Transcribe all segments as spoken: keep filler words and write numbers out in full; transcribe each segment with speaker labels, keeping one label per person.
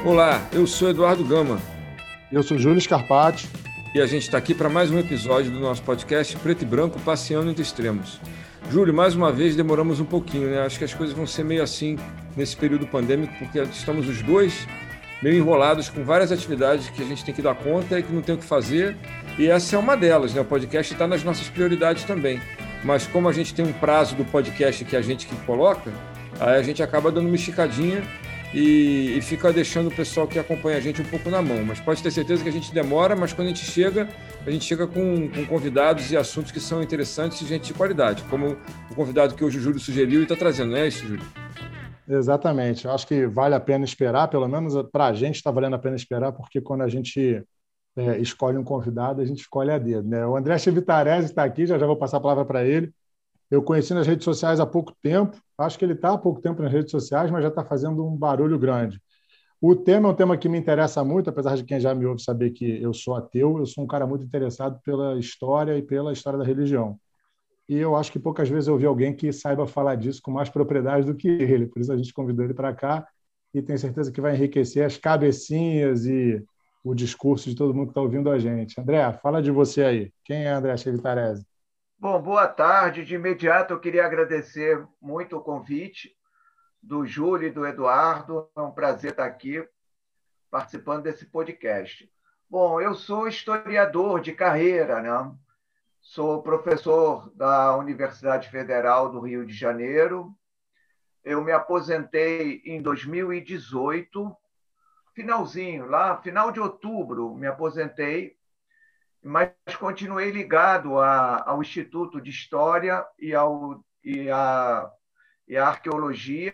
Speaker 1: Olá, eu sou Eduardo Gama.
Speaker 2: Eu sou Júlio Scarpati.
Speaker 1: E a gente está aqui para mais um episódio do nosso podcast Preto e Branco, Passeando entre Extremos. Júlio, mais uma vez demoramos um pouquinho, né? Acho que as coisas vão ser meio assim nesse período pandêmico, porque estamos os dois meio enrolados com várias atividades que a gente tem que dar conta e que não tem o que fazer. E essa é uma delas, né? O podcast está nas nossas prioridades também. Mas como a gente tem um prazo do podcast que é a gente que coloca, aí a gente acaba dando uma esticadinha e, e fica deixando o pessoal que acompanha a gente um pouco na mão. Mas pode ter certeza que a gente demora, mas quando a gente chega, a gente chega com, com convidados e assuntos que são interessantes e gente de qualidade, como o convidado que hoje o Júlio sugeriu e está trazendo, não é isso, Júlio?
Speaker 2: Exatamente. Eu acho que vale a pena esperar, pelo menos para a gente está valendo a pena esperar, porque quando a gente é, escolhe um convidado, a gente escolhe a dedo, né? O André Chivitarese está aqui, já já vou passar a palavra para ele. Eu conheci nas redes sociais há pouco tempo, acho que ele está há pouco tempo nas redes sociais, mas já está fazendo um barulho grande. O tema é um tema que me interessa muito, apesar de quem já me ouve saber que eu sou ateu, eu sou um cara muito interessado pela história e pela história da religião. E eu acho que poucas vezes eu ouvi alguém que saiba falar disso com mais propriedade do que ele. Por isso a gente convidou ele para cá e tenho certeza que vai enriquecer as cabecinhas e o discurso de todo mundo que está ouvindo a gente. André, fala de você aí. Quem é André Chivitarese?
Speaker 3: Bom, boa tarde. De imediato eu queria agradecer muito o convite do Júlio e do Eduardo. É um prazer estar aqui participando desse podcast. Bom, eu sou historiador de carreira, né? Sou professor da Universidade Federal do Rio de Janeiro. Eu me aposentei em dois mil e dezoito, finalzinho, lá, final de outubro, me aposentei, mas continuei ligado a, ao Instituto de História e, ao, e, a, e a Arqueologia,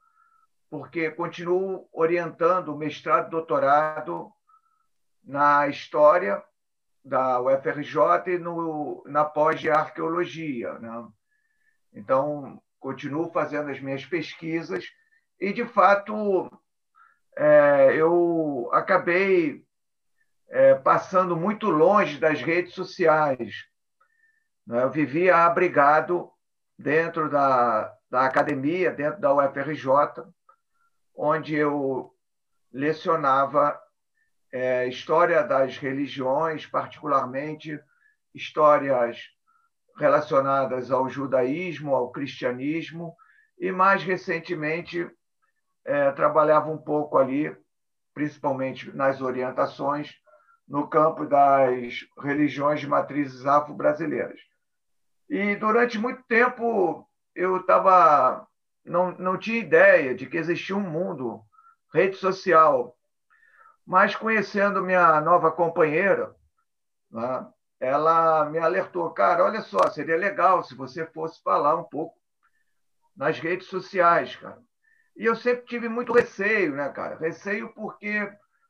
Speaker 3: porque continuo orientando o mestrado e doutorado na História da U F R J e no, na pós de Arqueologia, né? Então, continuo fazendo as minhas pesquisas e, de fato, é, eu acabei é, passando muito longe das redes sociais, né? Eu vivia abrigado dentro da, da academia, dentro da U F R J, onde eu lecionava é, história das religiões, particularmente histórias relacionadas ao judaísmo, ao cristianismo, e mais recentemente é, trabalhava um pouco ali, principalmente nas orientações, no campo das religiões de matrizes afro-brasileiras. E durante muito tempo eu estava não, não tinha ideia de que existia um mundo, rede social, mas conhecendo minha nova companheira, né, ela me alertou, cara, olha só, seria legal se você fosse falar um pouco nas redes sociais, cara. E eu sempre tive muito receio, né, cara? Receio porque,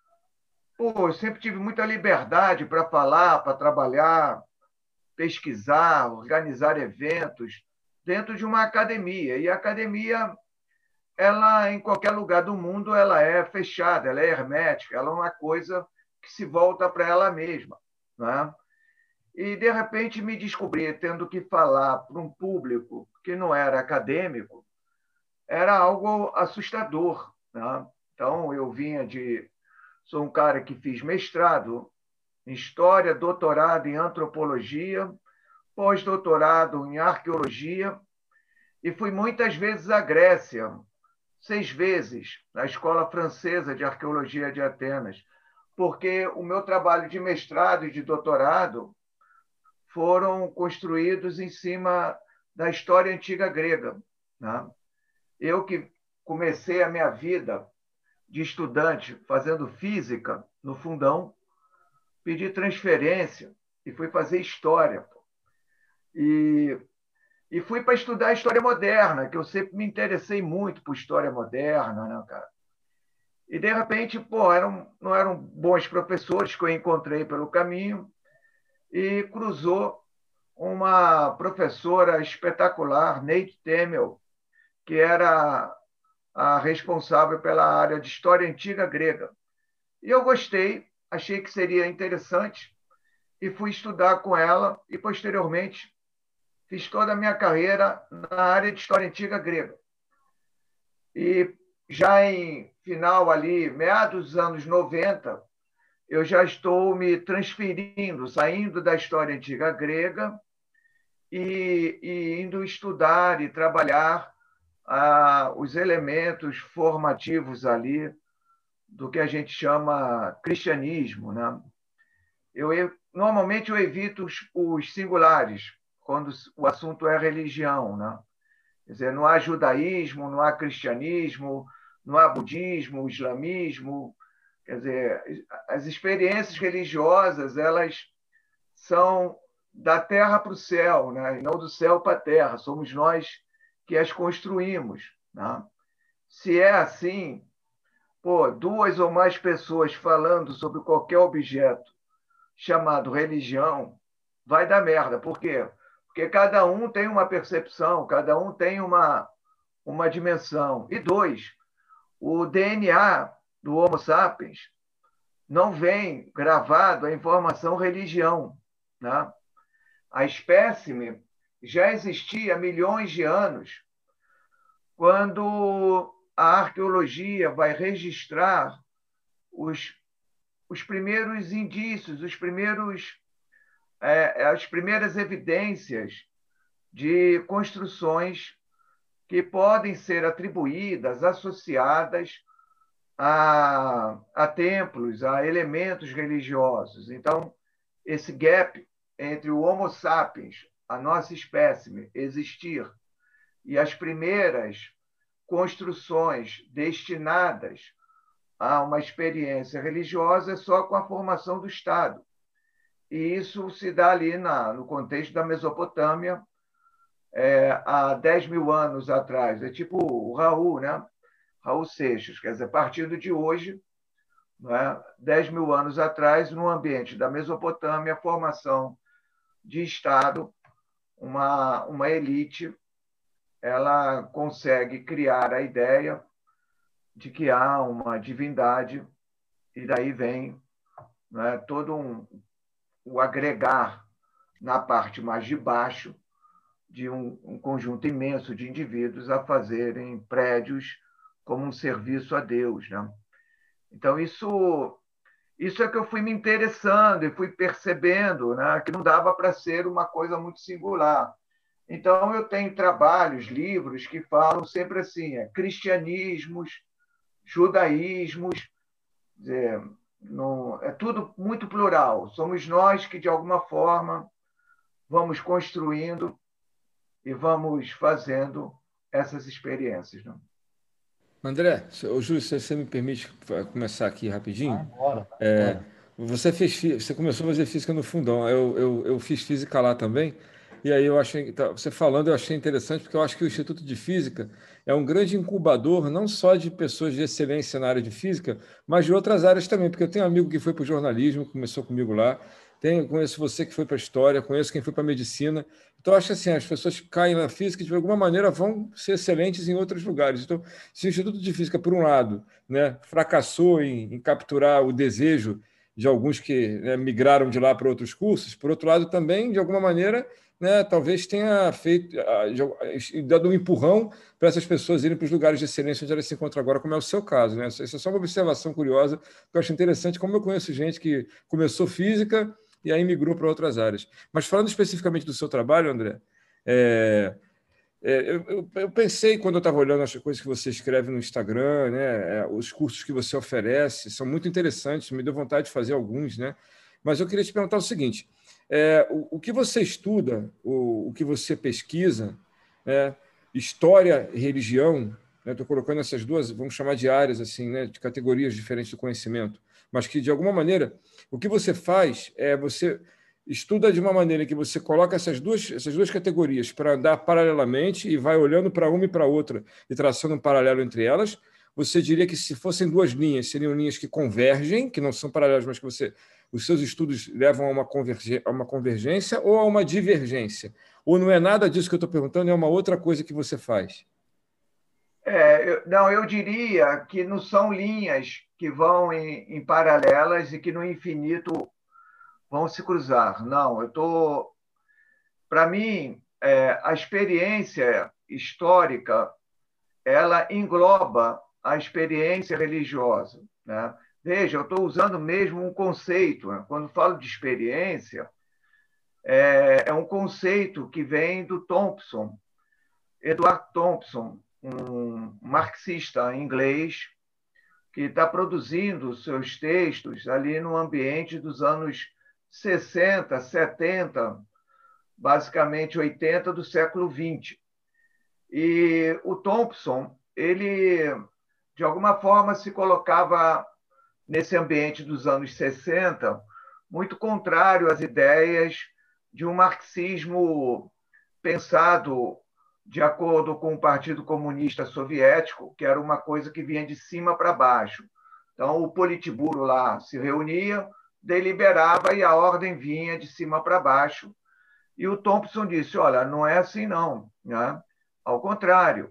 Speaker 3: pô, eu sempre tive muita liberdade para falar, para trabalhar, pesquisar, organizar eventos dentro de uma academia. E a academia, ela, em qualquer lugar do mundo, ela é fechada, ela é hermética, ela é uma coisa que se volta para ela mesma, né? E, de repente, me descobri tendo que falar para um público que não era acadêmico, era algo assustador, né? Então, eu vinha de... Sou um cara que fiz mestrado em História, doutorado em Antropologia, pós-doutorado em Arqueologia, e fui muitas vezes à Grécia, seis vezes, na Escola Francesa de Arqueologia de Atenas, porque o meu trabalho de mestrado e de doutorado foram construídos em cima da história antiga grega, né? Eu que comecei a minha vida de estudante fazendo física no fundão, pedi transferência e fui fazer história. E, e fui para estudar a história moderna, que eu sempre me interessei muito por história moderna, né, cara? E, de repente, pô, eram, não eram bons professores que eu encontrei pelo caminho, e cruzou uma professora espetacular, Neide Temel, que era a responsável pela área de História Antiga Grega. E eu gostei, achei que seria interessante, e fui estudar com ela, e, posteriormente, fiz toda a minha carreira na área de História Antiga Grega. E já em final ali, meados dos anos noventa, eu já estou me transferindo, saindo da história antiga grega e, e indo estudar e trabalhar ah, os elementos formativos ali do que a gente chama cristianismo, né? Eu, eu normalmente eu evito os, os singulares quando o assunto é religião, né? Quer dizer, não há judaísmo, não há cristianismo, não há budismo, islamismo. Quer dizer, as experiências religiosas, elas são da terra para o céu, né? E não do céu para a terra. Somos nós que as construímos, né? Se é assim, pô, duas ou mais pessoas falando sobre qualquer objeto chamado religião, vai dar merda. Por quê? Porque cada um tem uma percepção, cada um tem uma, uma dimensão. E dois, o D N A do Homo sapiens não vem gravado a informação religião, né? A espécime já existia há milhões de anos, quando a arqueologia vai registrar os, os primeiros indícios, os primeiros, é, as primeiras evidências de construções que podem ser atribuídas, associadas a, a templos, a elementos religiosos. Então, esse gap entre o Homo sapiens, a nossa espécime, existir, e as primeiras construções destinadas a uma experiência religiosa é só com a formação do Estado. E isso se dá ali na, no contexto da Mesopotâmia, é, há dez mil anos atrás. É tipo o Raul, né? Raul Seixas, quer dizer, partindo de hoje, né? dez mil anos atrás, no ambiente da Mesopotâmia, a formação de Estado, uma, uma elite, ela consegue criar a ideia de que há uma divindade, e daí vem, né, todo um, o agregar na parte mais de baixo de um, um conjunto imenso de indivíduos a fazerem prédios como um serviço a Deus, né? Então, isso, isso é que eu fui me interessando e fui percebendo, né, que não dava para ser uma coisa muito singular. Então, eu tenho trabalhos, livros que falam sempre assim, é, cristianismos, judaísmos, é, no, é tudo muito plural. Somos nós que, de alguma forma, vamos construindo e vamos fazendo essas experiências, né?
Speaker 1: André, ô, Júlio, se você me permite começar aqui
Speaker 2: Vai
Speaker 1: rapidinho.
Speaker 2: embora, vai
Speaker 1: É,
Speaker 2: embora.
Speaker 1: você fez, fi- você começou a fazer física no fundão. Eu, eu, eu fiz física lá também. E aí eu achei, tá, você falando, eu achei interessante, porque eu acho que o Instituto de Física é um grande incubador, não só de pessoas de excelência na área de física, mas de outras áreas também. Porque eu tenho um amigo que foi para o jornalismo, começou comigo lá. Tenho, conheço você que foi para a história, conheço quem foi para a medicina. Então, eu acho assim, as pessoas que caem na física, de alguma maneira, vão ser excelentes em outros lugares. Então, se o Instituto de Física, por um lado, né, fracassou em, em capturar o desejo de alguns que, né, migraram de lá para outros cursos, por outro lado, também, de alguma maneira, né, talvez tenha feito, ah, de- dado um empurrão para essas pessoas irem para os lugares de excelência onde elas se encontram agora, como é o seu caso, né? Isso é só uma observação curiosa, que eu acho interessante, como eu conheço gente que começou física e aí migrou para outras áreas. Mas falando especificamente do seu trabalho, André, é, é, eu, eu- eu pensei, quando eu estava olhando as coisas que você escreve no Instagram, né, é, os cursos que você oferece, são muito interessantes, me deu vontade de fazer alguns, né? Mas eu queria te perguntar o seguinte: é, o, o que você estuda, o, o que você pesquisa, né, história e religião, estou colocando essas duas, vamos chamar de áreas, assim, né, de categorias diferentes do conhecimento, mas que, de alguma maneira, o que você faz é você estuda de uma maneira que você coloca essas duas, essas duas categorias para andar paralelamente e vai olhando para uma e para outra e traçando um paralelo entre elas. Você diria que, se fossem duas linhas, seriam linhas que convergem, que não são paralelas, mas que você, os seus estudos levam a uma, convergência, a uma convergência ou a uma divergência? Ou não é nada disso que eu estou perguntando, é uma outra coisa que você faz?
Speaker 3: É, eu, não, eu diria que não são linhas que vão em, em paralelas e que no infinito vão se cruzar. Não, eu estou. Para mim, é, a experiência histórica ela engloba a experiência religiosa, né? Veja, eu estou usando mesmo um conceito, né? Quando falo de experiência, é, é um conceito que vem do Thompson, Edward Thompson, um marxista inglês, que está produzindo seus textos ali no ambiente dos anos sessenta, setenta, basicamente oitenta do século vinte. E o Thompson, ele, de alguma forma, se colocava nesse ambiente dos anos sessenta, muito contrário às ideias de um marxismo pensado de acordo com o Partido Comunista Soviético, que era uma coisa que vinha de cima para baixo. Então, o Politburo lá se reunia, deliberava e a ordem vinha de cima para baixo. E o Thompson disse, olha, não é assim não, né? Ao contrário,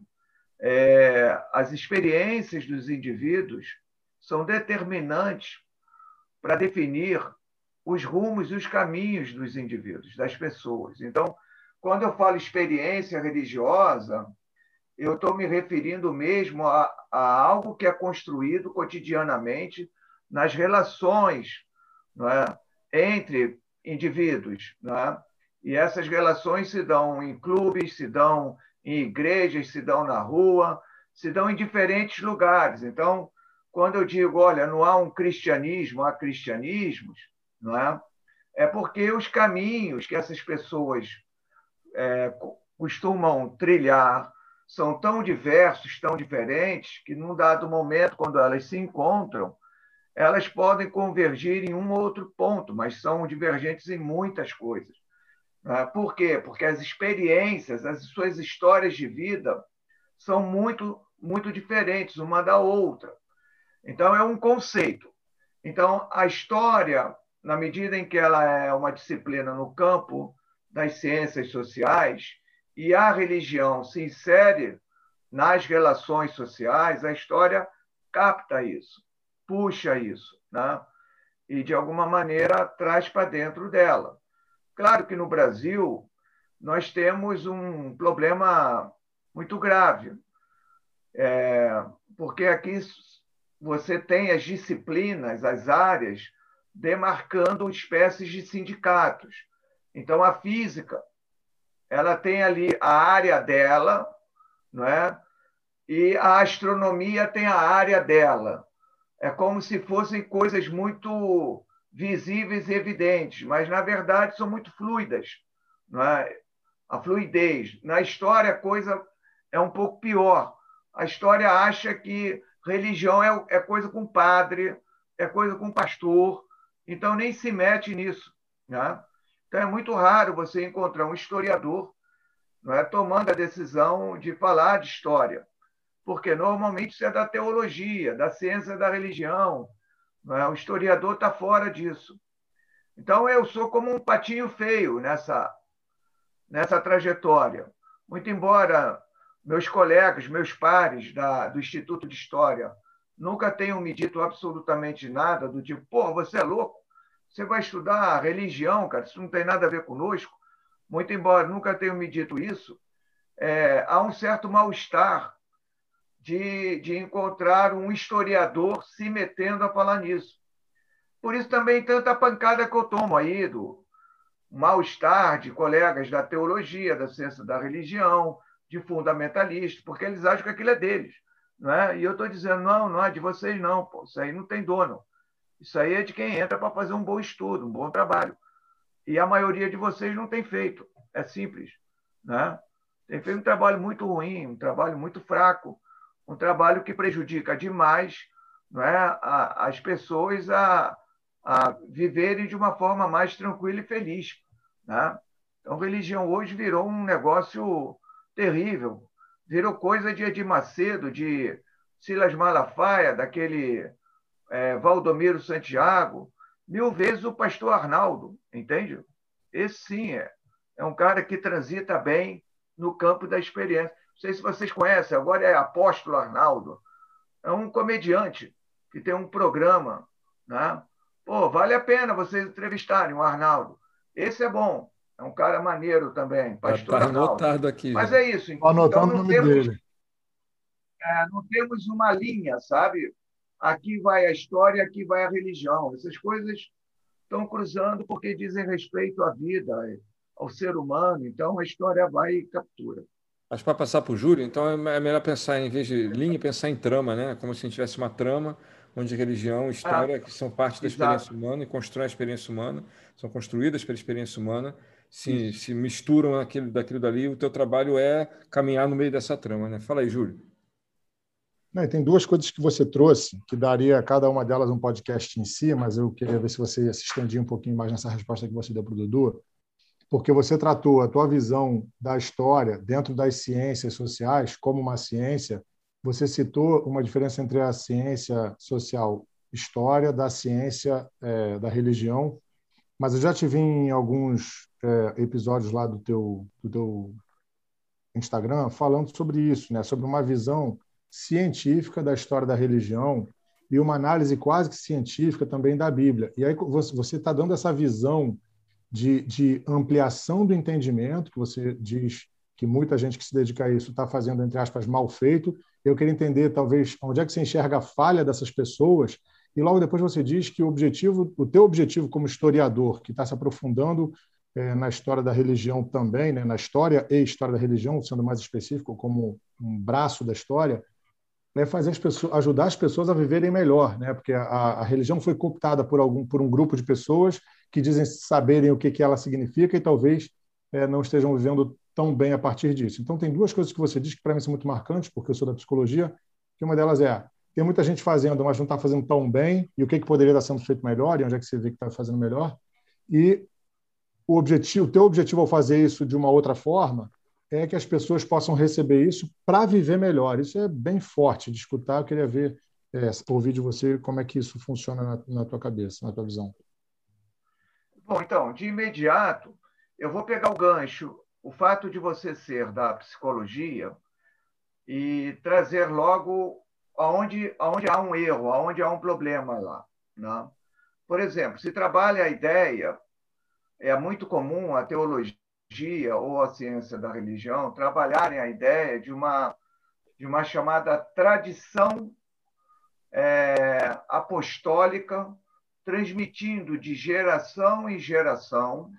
Speaker 3: é, as experiências dos indivíduos são determinantes para definir os rumos e os caminhos dos indivíduos, das pessoas. Então, quando eu falo experiência religiosa, eu estou me referindo mesmo a, a algo que é construído cotidianamente nas relações, não é, entre indivíduos. Não é? E essas relações se dão em clubes, se dão em igrejas, se dão na rua, se dão em diferentes lugares. Então, quando eu digo, olha, não há um cristianismo, há cristianismos, não é? É porque os caminhos que essas pessoas é, costumam trilhar são tão diversos, tão diferentes, que num dado momento, quando elas se encontram, elas podem convergir em um ou outro ponto, mas são divergentes em muitas coisas. Por quê? Porque as experiências, as suas histórias de vida são muito, muito diferentes uma da outra. Então, é um conceito. Então, a história, na medida em que ela é uma disciplina no campo das ciências sociais e a religião se insere nas relações sociais, a história capta isso, puxa isso, né? E, de alguma maneira, traz para dentro dela. Claro que no Brasil nós temos um problema muito grave, é, porque aqui você tem as disciplinas, as áreas, demarcando espécies de sindicatos. Então, a física, ela tem ali a área dela, não é? E a astronomia tem a área dela. É como se fossem coisas muito visíveis e evidentes, mas, na verdade, são muito fluidas. Não é? A fluidez. Na história, a coisa é um pouco pior. A história acha que religião é, é coisa com padre, é coisa com pastor, então nem se mete nisso. Né? Então, é muito raro você encontrar um historiador, não é, tomando a decisão de falar de história, porque normalmente isso é da teologia, da ciência da religião. Não é? O historiador está fora disso. Então, eu sou como um patinho feio nessa, nessa trajetória. Muito embora meus colegas, meus pares da, do Instituto de História nunca tenham me dito absolutamente nada do tipo, pô, você é louco? Você vai estudar religião, cara, isso não tem nada a ver conosco. Muito embora nunca tenham me dito isso, é, há um certo mal-estar de, de encontrar um historiador se metendo a falar nisso. Por isso também tanta pancada que eu tomo aí do mal-estar de colegas da teologia, da ciência da religião, de fundamentalistas, porque eles acham que aquilo é deles. Não é? E eu estou dizendo, não, não é de vocês não, pô. Isso aí não tem dono. Isso aí é de quem entra para fazer um bom estudo, um bom trabalho. E a maioria de vocês não tem feito. É simples. Né? Tem feito um trabalho muito ruim, um trabalho muito fraco, um trabalho que prejudica demais, não é, a, as pessoas a, a viverem de uma forma mais tranquila e feliz. Né? Então, religião hoje virou um negócio terrível. Virou coisa de Edir Macedo, de Silas Malafaia, daquele é, Valdomiro Santiago, mil vezes o pastor Arnaldo, entende? Esse sim é, é um cara que transita bem no campo da experiência. Não sei se vocês conhecem, agora é Apóstolo Arnaldo. É um comediante que tem um programa. Né? Pô, vale a pena vocês entrevistarem o Arnaldo. Esse é bom. É um cara maneiro também, pastor
Speaker 1: Está
Speaker 3: Arnaldo.
Speaker 1: anotado aqui.
Speaker 3: Mas
Speaker 1: já.
Speaker 3: é isso.
Speaker 2: Estou anotando
Speaker 3: então,
Speaker 2: o nome
Speaker 3: temos...
Speaker 2: dele.
Speaker 3: é, não temos uma linha, sabe? Aqui vai a história, aqui vai a religião. Essas coisas estão cruzando porque dizem respeito à vida, ao ser humano. Então, a história vai e captura.
Speaker 1: Mas para passar para o Júlio, então é melhor pensar, em vez de linha, pensar em trama, né? Como se a gente tivesse uma trama onde religião e
Speaker 3: Ah,
Speaker 1: história, que são parte da experiência
Speaker 3: exato.
Speaker 1: humana e constroem a experiência humana, são construídas pela experiência humana, se,
Speaker 3: Isso.
Speaker 1: se misturam aquilo, daquilo dali, o teu trabalho é caminhar no meio dessa trama, né? Fala aí, Júlio.
Speaker 2: Não, e tem duas coisas que você trouxe, que daria cada uma delas um podcast em si, mas eu queria ver se você ia se estendia um pouquinho mais nessa resposta que você deu para o Dudu, porque você tratou a tua visão da história dentro das ciências sociais como uma ciência. Você citou uma diferença entre a ciência social história da ciência é, da religião, mas eu já te vi em alguns é, episódios lá do teu, do teu Instagram falando sobre isso, né? Sobre uma visão científica da história da religião e uma análise quase que científica também da Bíblia. E aí você está dando essa visão de, de ampliação do entendimento, que você diz que muita gente que se dedica a isso está fazendo, entre aspas, mal feito. Eu queria entender, talvez, onde é que você enxerga a falha dessas pessoas, e logo depois você diz que o objetivo, o teu objetivo como historiador, que está se aprofundando é, na história da religião também, né, na história e história da religião, sendo mais específico, como um braço da história, é fazer as pessoas, ajudar as pessoas a viverem melhor, né? Porque a, a religião foi cooptada por algum, por um grupo de pessoas que dizem saberem o que, que ela significa e talvez é, não estejam vivendo tão bem a partir disso. Então, tem duas coisas que você diz que para mim são muito marcantes, porque eu sou da psicologia, que uma delas é, tem muita gente fazendo, mas não está fazendo tão bem, e o que, que poderia estar sendo feito melhor, e onde é que você vê que está fazendo melhor. E o objetivo, o teu objetivo ao fazer isso de uma outra forma é que as pessoas possam receber isso para viver melhor. Isso é bem forte de escutar. Eu queria ver, é, ouvir de você como é que isso funciona na, na tua cabeça, na tua visão.
Speaker 3: Bom, então, de imediato, eu vou pegar o gancho, o fato de você ser da psicologia e trazer logo aonde, aonde há um erro, aonde há um problema lá, né? Por exemplo, se trabalha a ideia, é muito comum a teologia ou a ciência da religião trabalharem a ideia de uma, de uma chamada tradição é, apostólica, transmitindo de geração em geração.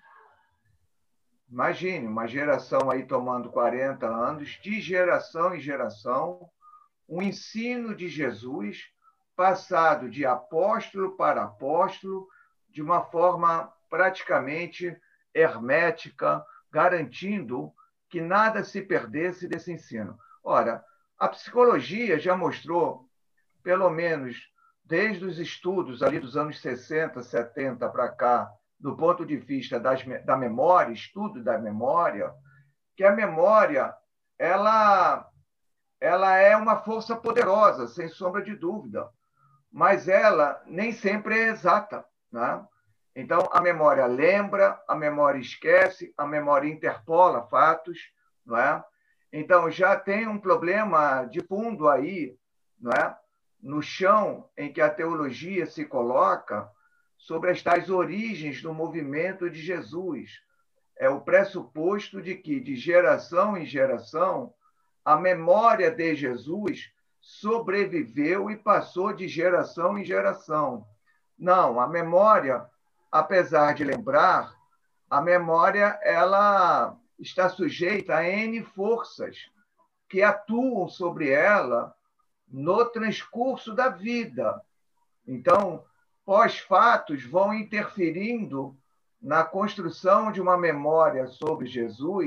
Speaker 3: Imagine, uma geração aí tomando quarenta anos, de geração em geração, um ensino de Jesus passado de apóstolo para apóstolo, de uma forma praticamente hermética, garantindo que nada se perdesse desse ensino. Ora, a psicologia já mostrou, pelo menos desde os estudos ali dos anos sessenta, setenta para cá, do ponto de vista das, da memória, estudo da memória, que a memória ela, ela é uma força poderosa, sem sombra de dúvida, mas ela nem sempre é exata, né? Então, a memória lembra, a memória esquece, a memória interpola fatos, não é? Então, já tem um problema de fundo aí, não é? No chão em que a teologia se coloca sobre as tais origens do movimento de Jesus. É o pressuposto de que, de geração em geração, a memória de Jesus sobreviveu e passou de geração em geração. Não, a memória, apesar de lembrar, a memória ela está sujeita a N forças que atuam sobre ela no transcurso da vida. Então, pós-fatos vão interferindo na construção de uma memória sobre Jesus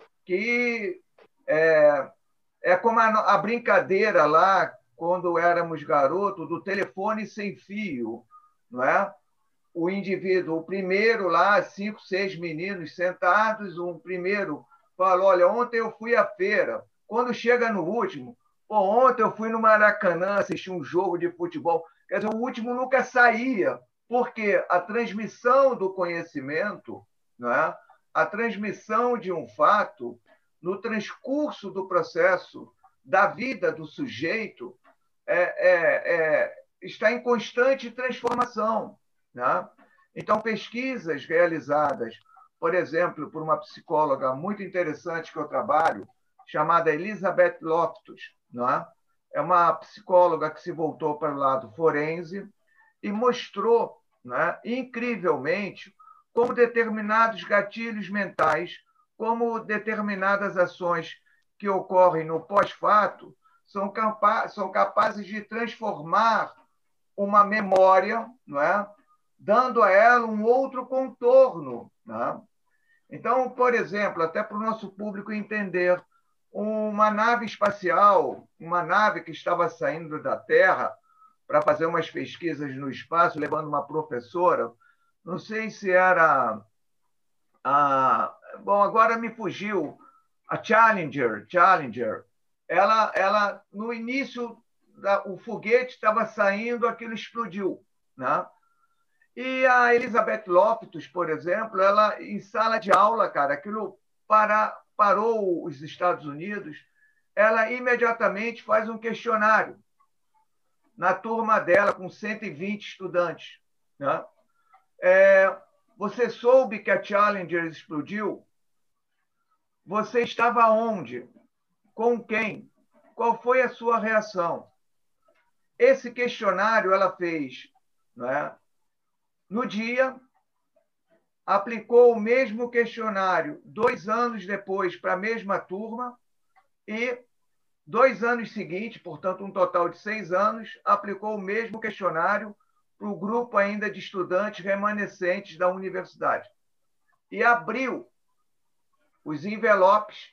Speaker 3: que é, é como a, a brincadeira lá, quando éramos garotos, do telefone sem fio, não é? O indivíduo, o primeiro lá, cinco, seis meninos sentados, um primeiro fala, olha, ontem eu fui à feira. Quando chega no último, pô, ontem eu fui no Maracanã assistir um jogo de futebol. Quer dizer, o último nunca saía, porque a transmissão do conhecimento, não é? A transmissão de um fato, no transcurso do processo da vida do sujeito, é, é, é, está em constante transformação, né? Então, pesquisas realizadas, por exemplo, por uma psicóloga muito interessante que eu trabalho, chamada Elizabeth Loftus, não é? é uma psicóloga que se voltou para o lado forense e mostrou, né, incrivelmente, como determinados gatilhos mentais, como determinadas ações que ocorrem no pós-fato são, capa são capazes de transformar uma memória, não é? Dando a ela um outro contorno. Né? Então, por exemplo, até para o nosso público entender, uma nave espacial, uma nave que estava saindo da Terra para fazer umas pesquisas no espaço, levando uma professora, não sei se era a... Bom, agora me fugiu, a Challenger, Challenger, ela, ela no início, da, o foguete estava saindo, aquilo explodiu, né? E a Elizabeth Loftus, por exemplo, ela, em sala de aula, cara, aquilo para, parou os Estados Unidos, ela imediatamente faz um questionário na turma dela, com cento e vinte estudantes. Né? É, você soube que a Challenger explodiu? Você estava onde? Com quem? Qual foi a sua reação? Esse questionário ela fez, né? No dia, aplicou o mesmo questionário dois anos depois para a mesma turma e dois anos seguintes, portanto, um total de seis anos, aplicou o mesmo questionário para o grupo ainda de estudantes remanescentes da universidade. E abriu os envelopes,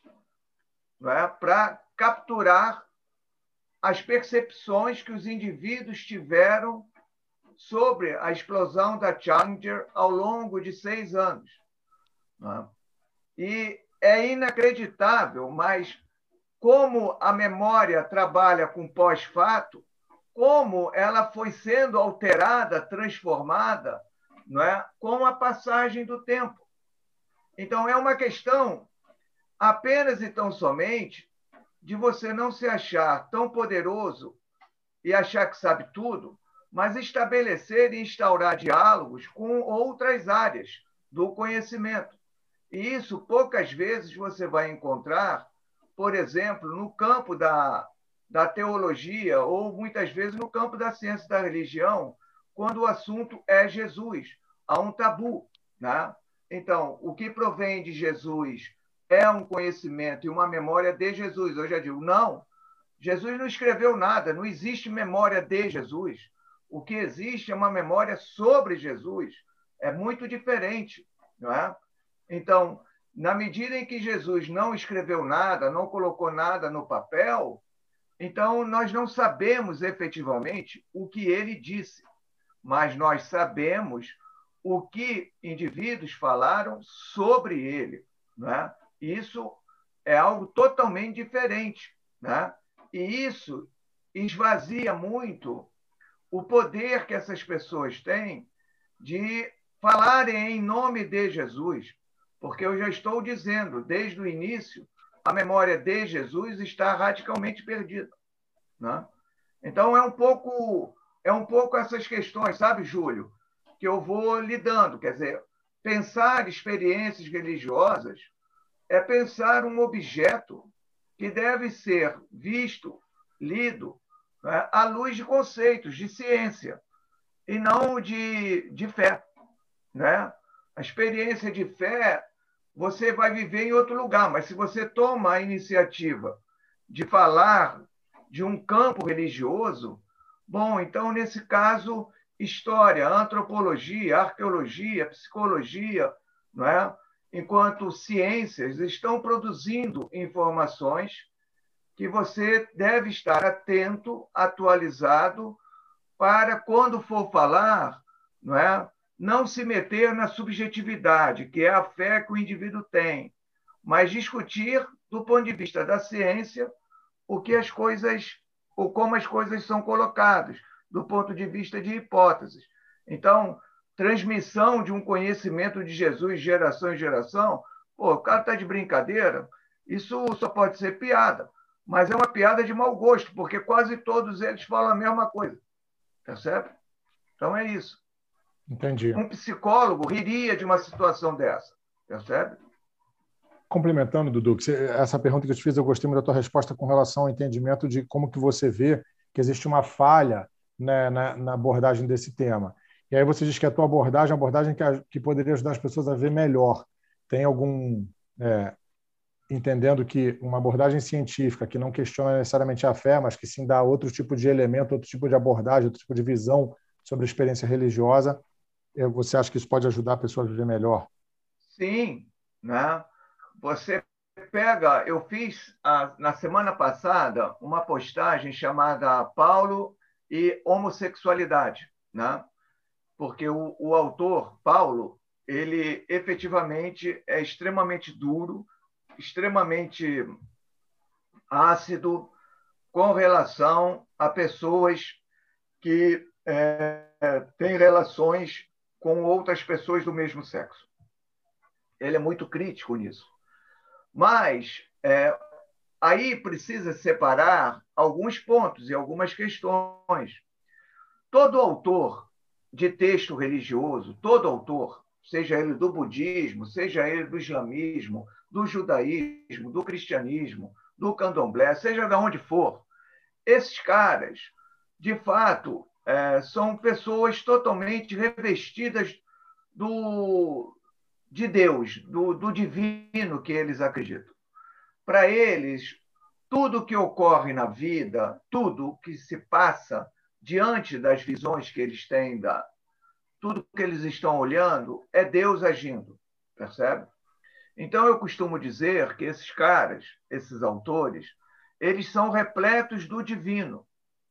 Speaker 3: né, para capturar as percepções que os indivíduos tiveram sobre a explosão da Challenger ao longo de seis anos. Né? E é inacreditável, mas como a memória trabalha com pós-fato, como ela foi sendo alterada, transformada, não é, com a passagem do tempo. Então, é uma questão apenas e tão somente de você não se achar tão poderoso e achar que sabe tudo, mas estabelecer e instaurar diálogos com outras áreas do conhecimento. E isso, poucas vezes, você vai encontrar, por exemplo, no campo da, da teologia ou, muitas vezes, no campo da ciência da religião, quando o assunto é Jesus. Há um tabu. Né? Então, o que provém de Jesus é um conhecimento e uma memória de Jesus. Eu já digo, não, Jesus não escreveu nada, não existe memória de Jesus. O que existe é uma memória sobre Jesus. É muito diferente, não é? Então, na medida em que Jesus não escreveu nada, não colocou nada no papel, então nós não sabemos efetivamente o que ele disse, mas nós sabemos o que indivíduos falaram sobre ele, não é? Isso é algo totalmente diferente, né? E isso esvazia muito o poder que essas pessoas têm de falarem em nome de Jesus, porque eu já estou dizendo, desde o início, a memória de Jesus está radicalmente perdida. Né? Então, é um pouco, é um pouco essas questões, sabe, Júlio, que eu vou lidando. Quer dizer, pensar experiências religiosas é pensar um objeto que deve ser visto, lido, né, à luz de conceitos de ciência e não de, de fé. Né? A experiência de fé você vai viver em outro lugar, mas se você toma a iniciativa de falar de um campo religioso, bom, então, nesse caso, história, antropologia, arqueologia, psicologia, não é? Enquanto ciências estão produzindo informações que você deve estar atento, atualizado, para, quando for falar, não é? Não se meter na subjetividade, que é a fé que o indivíduo tem, mas discutir, do ponto de vista da ciência, o que as coisas, ou como as coisas são colocadas, do ponto de vista de hipóteses. Então, transmissão de um conhecimento de Jesus de geração em geração, pô, o cara está de brincadeira, isso só pode ser piada, mas é uma piada de mau gosto, porque quase todos eles falam a mesma coisa. Percebe? Então, é isso.
Speaker 2: Entendi.
Speaker 3: Um psicólogo riria de uma situação dessa. Percebe?
Speaker 2: complementando, Dudu, que você, essa pergunta que eu te fiz, eu gostei muito da tua resposta com relação ao entendimento de como que você vê que existe uma falha, né, na, na abordagem desse tema. E aí você diz que a tua abordagem é uma abordagem que, a, que poderia ajudar as pessoas a ver melhor. Tem algum... É, entendendo que uma abordagem científica que não questiona necessariamente a fé, mas que sim dá outro tipo de elemento, outro tipo de abordagem, outro tipo de visão sobre a experiência religiosa, você acha que isso pode ajudar a pessoa a viver melhor?
Speaker 3: Sim, né? Você pega, eu fiz a, na semana passada uma postagem chamada Paulo e Homossexualidade, né? Porque o, o autor, Paulo, ele efetivamente é extremamente duro, extremamente ácido com relação a pessoas que é, têm relações com outras pessoas do mesmo sexo. Ele é muito crítico nisso. Mas é, aí precisa separar alguns pontos e algumas questões. Todo autor de texto religioso, todo autor, seja ele do budismo, seja ele do islamismo, do judaísmo, do cristianismo, do candomblé, seja de onde for, esses caras, de fato, é, são pessoas totalmente revestidas do, de Deus, do, do divino que eles acreditam. Para eles, tudo que ocorre na vida, tudo que se passa diante das visões que eles têm, da, tudo que eles estão olhando, é Deus agindo, percebe? Então, eu costumo dizer que esses caras, esses autores, eles são repletos do divino,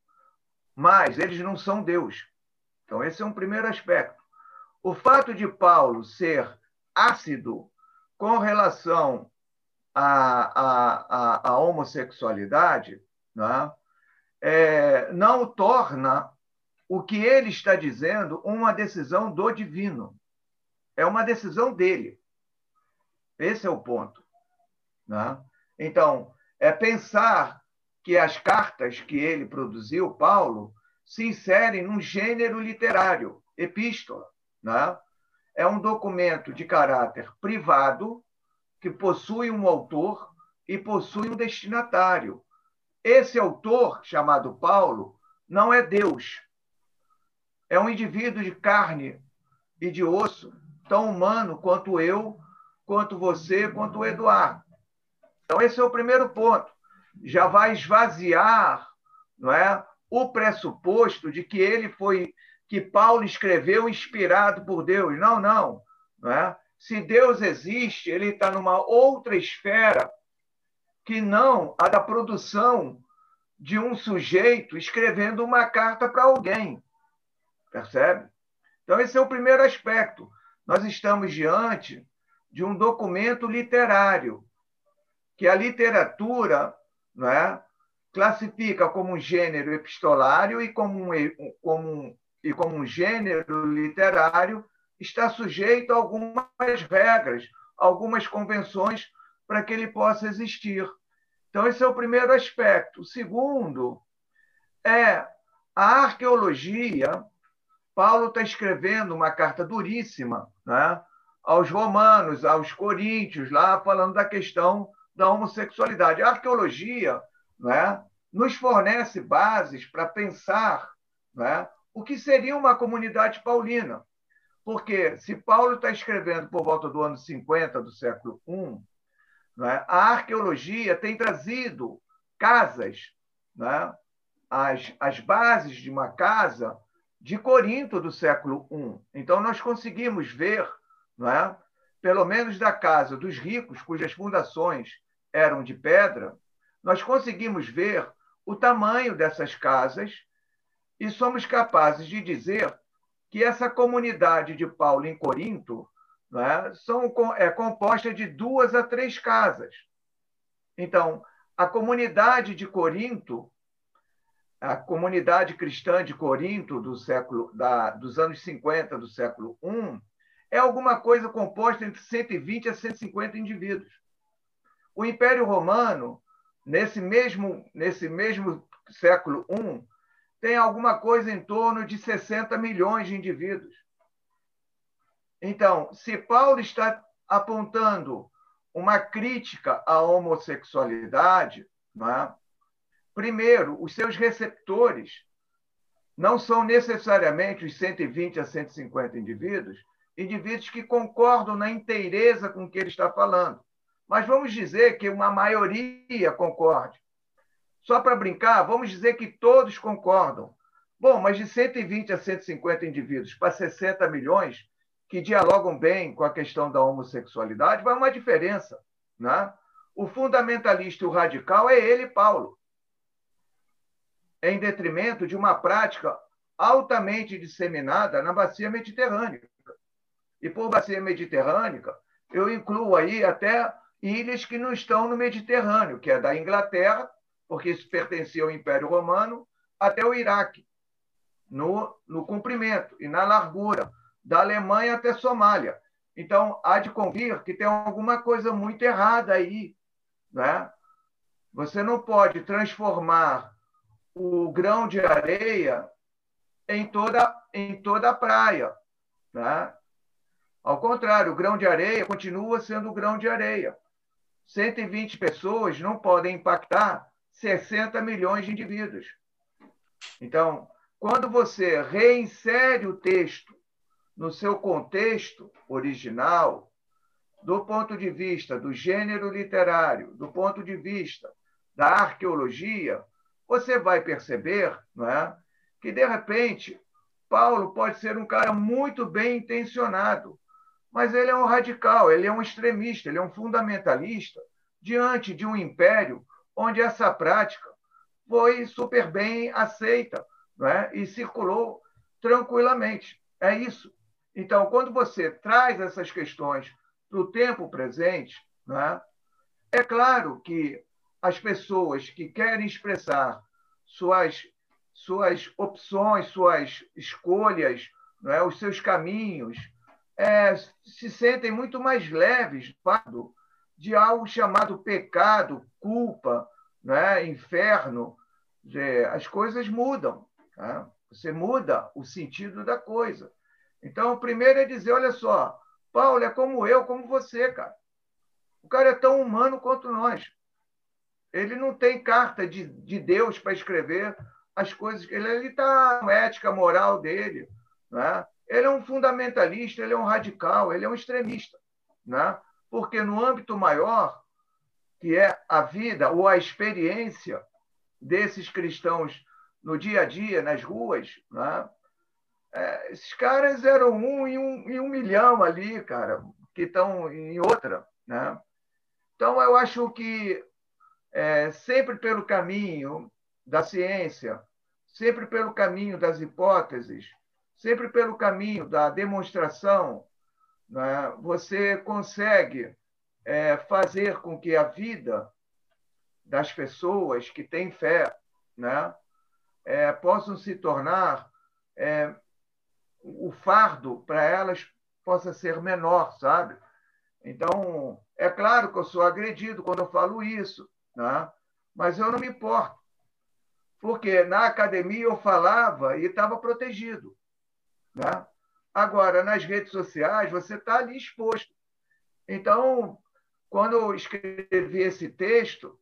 Speaker 3: mas eles não são Deus. Então, esse é um primeiro aspecto. O fato de Paulo ser ácido com relação à, à, à homossexualidade, né, é, não o torna o que ele está dizendo uma decisão do divino. É uma decisão dele. Esse é o ponto, né? Então, é pensar que as cartas que ele produziu, Paulo, se inserem num gênero literário, epístola, né? É um documento de caráter privado que possui um autor e possui um destinatário. Esse autor, chamado Paulo, não é Deus. É um indivíduo de carne e de osso, tão humano quanto eu, quanto você, quanto o Eduardo. Então, esse é o primeiro ponto. Já vai esvaziar, não é, o pressuposto de que ele foi, que Paulo escreveu inspirado por Deus. Não, não. não é? Se Deus existe, ele está numa outra esfera que não a da produção de um sujeito escrevendo uma carta para alguém. Percebe? Então, esse é o primeiro aspecto. Nós estamos diante de um documento literário, que a literatura, não é, classifica como um gênero epistolário e como um, como um, e como um gênero literário está sujeito a algumas regras, algumas convenções para que ele possa existir. Então, esse é o primeiro aspecto. O segundo é a arqueologia. Paulo está escrevendo uma carta duríssima, né, aos romanos, aos coríntios, lá falando da questão da homossexualidade. A arqueologia, né, nos fornece bases para pensar, né, o que seria uma comunidade paulina. Porque se Paulo está escrevendo por volta do ano cinquenta do século I, né, a arqueologia tem trazido casas, né, as, as bases de uma casa de Corinto do século I. Então, nós conseguimos ver, não é, pelo menos da casa dos ricos, cujas fundações eram de pedra, nós conseguimos ver o tamanho dessas casas e somos capazes de dizer que essa comunidade de Paulo em Corinto, não é, são, é composta de duas a três casas. Então, a comunidade de Corinto, a comunidade cristã de Corinto do século, da, dos anos cinquenta do século I, é alguma coisa composta entre cento e vinte a cento e cinquenta indivíduos. O Império Romano, nesse mesmo, nesse mesmo século I, tem alguma coisa em torno de sessenta milhões de indivíduos. Então, se Paulo está apontando uma crítica à homossexualidade, não é? Primeiro, os seus receptores não são necessariamente os cento e vinte a cento e cinquenta indivíduos, indivíduos que concordam na inteireza com o que ele está falando. Mas vamos dizer que uma maioria concorde. Só para brincar, vamos dizer que todos concordam. Bom, mas de cento e vinte a cento e cinquenta indivíduos para sessenta milhões que dialogam bem com a questão da homossexualidade, vai uma diferença, né? O fundamentalista e o radical é ele, Paulo, em detrimento de uma prática altamente disseminada na bacia mediterrânea. E por bacia mediterrânea, eu incluo aí até ilhas que não estão no Mediterrâneo, que é da Inglaterra, porque isso pertencia ao Império Romano, até o Iraque, no, no comprimento e na largura, da Alemanha até Somália. Então, há de convir que tem alguma coisa muito errada aí, né? Você não pode transformar o grão de areia em toda, em toda a praia, né? Ao contrário, o grão de areia continua sendo o grão de areia. cento e vinte pessoas não podem impactar sessenta milhões de indivíduos. Então, quando você reinsere o texto no seu contexto original, do ponto de vista do gênero literário, do ponto de vista da arqueologia, você vai perceber, não é, que, de repente, Paulo pode ser um cara muito bem intencionado, mas ele é um radical, ele é um extremista, ele é um fundamentalista diante de um império onde essa prática foi super bem aceita, não é, e circulou tranquilamente. É isso. Então, quando você traz essas questões para o tempo presente, não é, é claro que as pessoas que querem expressar suas, suas opções, suas escolhas, não é, os seus caminhos, é, se sentem muito mais leves de algo chamado pecado, culpa, não é, inferno. As coisas mudam, né? Você muda o sentido da coisa. Então, o primeiro é dizer, olha só, Paulo é como eu, como você, cara. O cara é tão humano quanto nós. Ele não tem carta de, de Deus para escrever as coisas. Ele está na ética moral dele, né? Ele é um fundamentalista, ele é um radical, ele é um extremista, né? Porque no âmbito maior, que é a vida ou a experiência desses cristãos no dia a dia, nas ruas, né? É, esses caras eram um em um, em um milhão ali, cara, que estão em outra, né? Então, eu acho que é, sempre pelo caminho da ciência, sempre pelo caminho das hipóteses, sempre pelo caminho da demonstração, né, você consegue é, fazer com que a vida das pessoas que têm fé, né, é, possam se tornar... É, o fardo para elas possa ser menor, sabe? Então, é claro que eu sou agredido quando eu falo isso, né? Mas eu não me importo, porque na academia eu falava e estava protegido, né? Agora, nas redes sociais, você está ali exposto. Então, quando eu escrevi esse texto,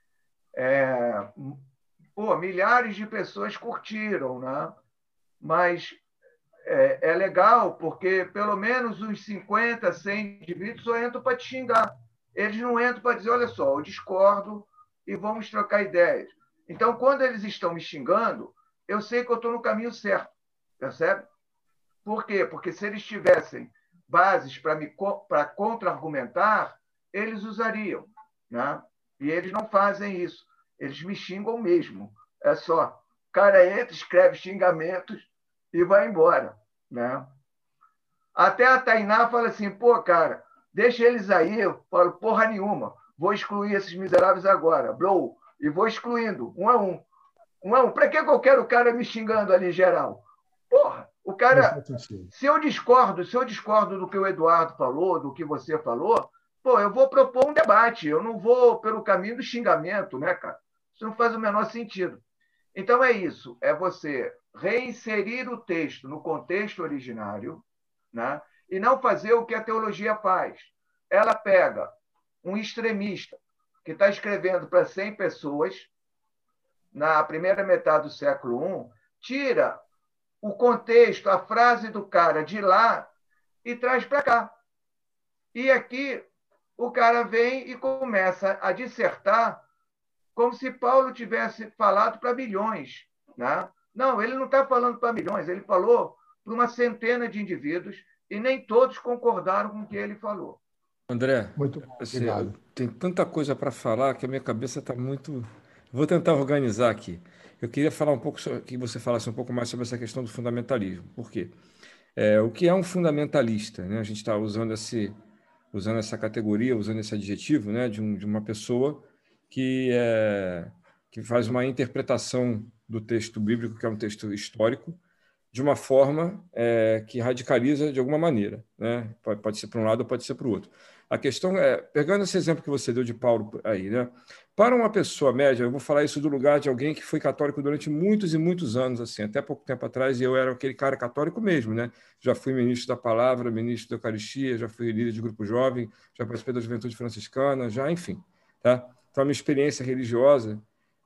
Speaker 3: é, pô, milhares de pessoas curtiram, né? Mas É, é legal, porque pelo menos uns cinquenta, cem indivíduos só entram para te xingar. Eles não entram para dizer, olha só, eu discordo e vamos trocar ideias. Então, quando eles estão me xingando, eu sei que eu estou no caminho certo, percebe? Por quê? Porque se eles tivessem bases para me para contra-argumentar, eles usariam, né? E eles não fazem isso. Eles me xingam mesmo. É só, o cara entra, escreve xingamentos e vai embora, né? Até a Tainá fala assim, pô, cara, deixa eles aí. Eu falo, porra nenhuma, vou excluir esses miseráveis agora, blow, e vou excluindo, um a um. Um a um. Para que, que eu quero o cara me xingando ali em geral? Porra, o cara... Se eu discordo, se eu discordo do que o Eduardo falou, do que você falou, pô, eu vou propor um debate, eu não vou pelo caminho do xingamento, né, cara? Isso não faz o menor sentido. Então, é isso, é você reinserir o texto no contexto originário, né? E não fazer o que a teologia faz. Ela pega um extremista que está escrevendo para cem pessoas, na primeira metade do século I, tira o contexto, a frase do cara de lá e traz para cá. E aqui o cara vem e começa a dissertar como se Paulo tivesse falado para milhões, né? Não, ele não está falando para milhões, ele falou para uma centena de indivíduos e nem todos concordaram com o que ele falou.
Speaker 1: André,
Speaker 2: Muito bom,
Speaker 1: assim,
Speaker 2: obrigado.
Speaker 1: tem tanta coisa para falar que a minha cabeça está muito. Vou tentar organizar aqui. Eu queria falar um pouco sobre, que você falasse um pouco mais sobre essa questão do fundamentalismo. Por quê? É, o que é um fundamentalista, né? A gente está usando esse, usando essa categoria, usando esse adjetivo, né? De, um, de uma pessoa que, é, que faz uma interpretação do texto bíblico, que é um texto histórico, de uma forma é, que radicaliza de alguma maneira, né? Pode, pode ser para um lado ou pode ser para o outro. A questão é, pegando esse exemplo que você deu de Paulo aí, né? Para uma pessoa média, eu vou falar isso do lugar de alguém que foi católico durante muitos e muitos anos, assim, até pouco tempo atrás, e eu era aquele cara católico mesmo, né? Já fui ministro da Palavra, ministro da Eucaristia, já fui líder de grupo jovem, já participei da Juventude Franciscana, já, enfim, tá? Então, a minha experiência religiosa,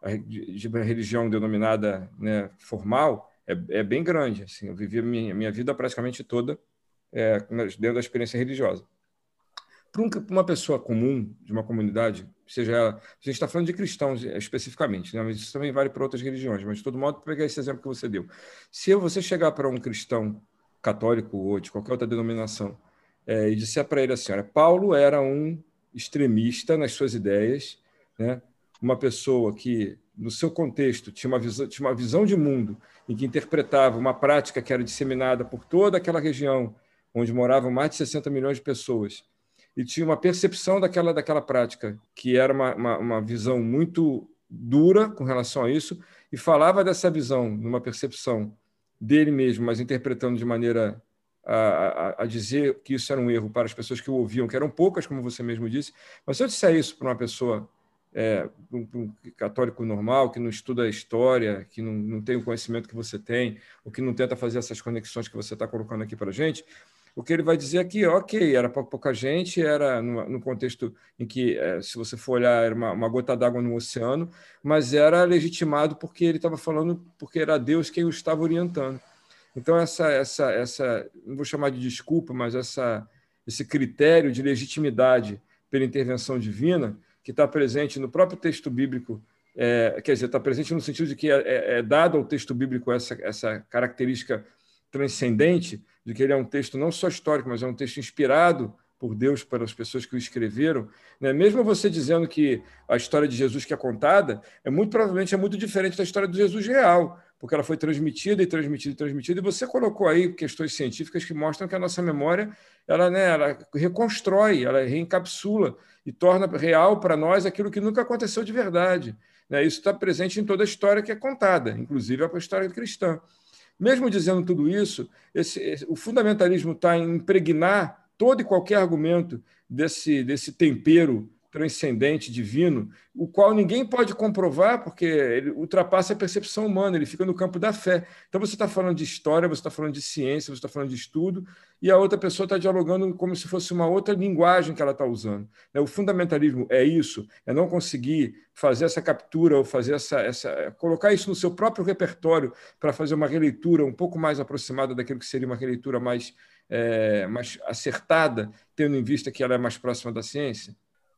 Speaker 1: de religião denominada, né, formal, é, é bem grande. Assim, eu vivi a minha, minha vida praticamente toda é, dentro da experiência religiosa. Para um, uma pessoa comum, de uma comunidade, seja ela, a gente está falando de cristãos especificamente, né, mas isso também vale para outras religiões, mas de todo modo, pegar esse exemplo que você deu. Se você chegar para um cristão católico ou de qualquer outra denominação é, e disser para ele assim, olha, Paulo era um extremista nas suas ideias, né, uma pessoa que, no seu contexto, tinha uma visão, tinha uma visão de mundo em que interpretava uma prática que era disseminada por toda aquela região onde moravam mais de sessenta milhões de pessoas e tinha uma percepção daquela, daquela prática que era uma, uma, uma visão muito dura com relação a isso e falava dessa visão, numa percepção dele mesmo, mas interpretando de maneira a, a, a dizer que isso era um erro para as pessoas que o ouviam, que eram poucas, como você mesmo disse. Mas se eu disser isso para uma pessoa É, um, um católico normal, que não estuda a história, que não, não tem o conhecimento que você tem, ou que não tenta fazer essas conexões que você está colocando aqui para a gente, o que ele vai dizer aqui, ok, era para pouca gente, era no, no contexto em que, é, se você for olhar, era uma, uma gota d'água no oceano, mas era legitimado porque ele estava falando, porque era Deus quem o estava orientando. Então, essa, essa, essa, não vou chamar de desculpa, mas essa, esse critério de legitimidade pela intervenção divina, que está presente no próprio texto bíblico, é, quer dizer, está presente no sentido de que é, é, é dado ao texto bíblico essa, essa característica transcendente, de que ele é um texto não só histórico, mas é um texto inspirado por Deus para as pessoas que o escreveram, né? Mesmo você dizendo que a história de Jesus que é contada, é muito provavelmente é muito diferente da história de Jesus real, porque ela foi transmitida e transmitida e transmitida, e você colocou aí questões científicas que mostram que a nossa memória ela, né, ela reconstrói, ela reencapsula e torna real para nós aquilo que nunca aconteceu de verdade, né? Isso está presente em toda a história que é contada, inclusive a história cristã. Mesmo dizendo tudo isso, esse, esse, o fundamentalismo está em impregnar todo e qualquer argumento desse, desse tempero transcendente, divino, o qual ninguém pode comprovar, porque ele ultrapassa a percepção humana, ele fica no campo da fé. Então, você está falando de história, você está falando de ciência, você está falando de estudo, e a outra pessoa está dialogando como se fosse uma outra linguagem que ela está usando. O fundamentalismo é isso, é não conseguir fazer essa captura ou fazer essa, essa colocar isso no seu próprio repertório para fazer uma releitura um pouco mais aproximada daquilo que seria uma releitura mais, é, mais acertada, tendo em vista que ela é mais próxima da ciência.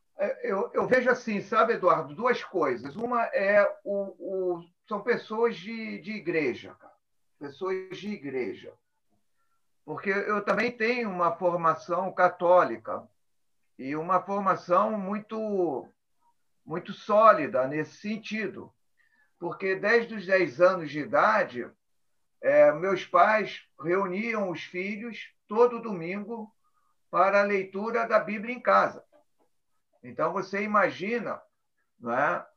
Speaker 3: Eu, eu vejo assim, sabe, Eduardo, duas coisas. Uma é o, o, são pessoas de, de igreja, cara. Pessoas de igreja. Porque eu também tenho uma formação católica e uma formação muito, muito sólida nesse sentido. Porque desde os dez anos de idade, é, meus pais reuniam os filhos todo domingo para a leitura da Bíblia em casa. Então, você imagina, não é,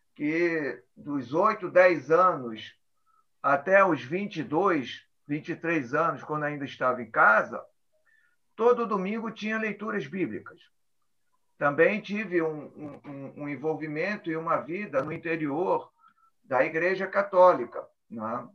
Speaker 3: que dos oito, dez anos até os vinte e dois, vinte e três anos, quando ainda estava em casa, todo domingo tinha leituras bíblicas. Também tive um, um, um envolvimento e uma vida no interior da Igreja Católica, não é?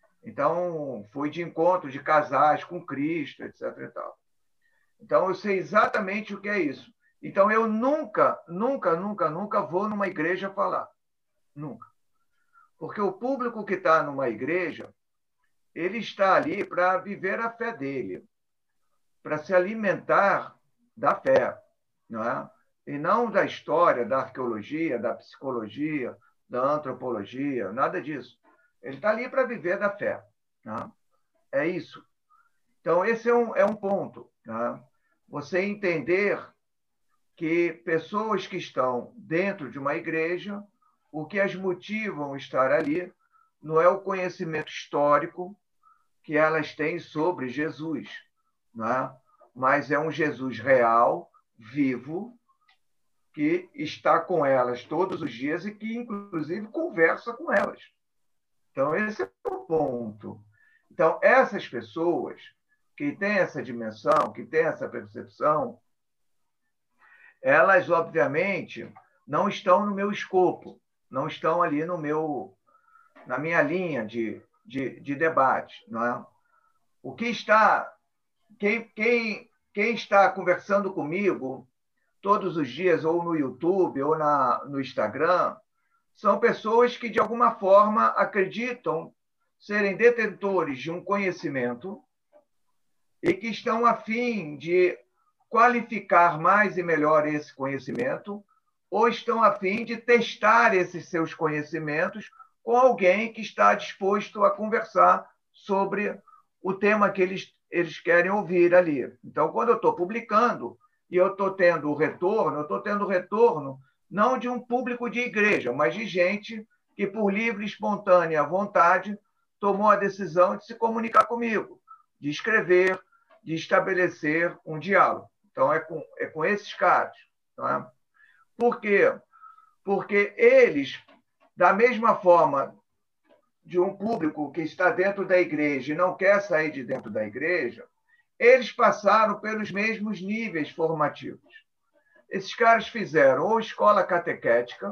Speaker 3: Então, fui de encontro de casais com Cristo, etc e tal. Então, eu sei exatamente o que é isso. Então, eu nunca, nunca, nunca, nunca vou numa igreja falar. Nunca. Porque o público que está numa igreja, ele está ali para viver a fé dele, para se alimentar da fé, não é? E não da história, da arqueologia, da psicologia, da antropologia, nada disso. Ele está ali para viver da fé. Não é? É isso. Então, esse é um, é um ponto. Não é? Você entender que pessoas que estão dentro de uma igreja, o que as motivam a estar ali não é o conhecimento histórico que elas têm sobre Jesus, não é? Mas é um Jesus real, vivo, que está com elas todos os dias e que, inclusive, conversa com elas. Então, esse é o ponto. Então, essas pessoas que têm essa dimensão, que têm essa percepção, elas, obviamente, não estão no meu escopo, não estão ali no meu, na minha linha de, de, de debate. Não é? O que está, quem, quem, quem está conversando comigo todos os dias, ou no YouTube, ou na, no Instagram, são pessoas que, de alguma forma, acreditam serem detentores de um conhecimento e que estão a fim de qualificar mais e melhor esse conhecimento, ou estão a fim de testar esses seus conhecimentos com alguém que está disposto a conversar sobre o tema que eles, eles querem ouvir ali. Então, quando eu estou publicando e eu estou tendo o retorno, eu estou tendo o retorno não de um público de igreja, mas de gente que, por livre e espontânea vontade, tomou a decisão de se comunicar comigo, de escrever, de estabelecer um diálogo. Então, é com, é com esses caras. Tá? Por quê? Porque eles, da mesma forma de um público que está dentro da igreja e não quer sair de dentro da igreja, eles passaram pelos mesmos níveis formativos. Esses caras fizeram ou escola catequética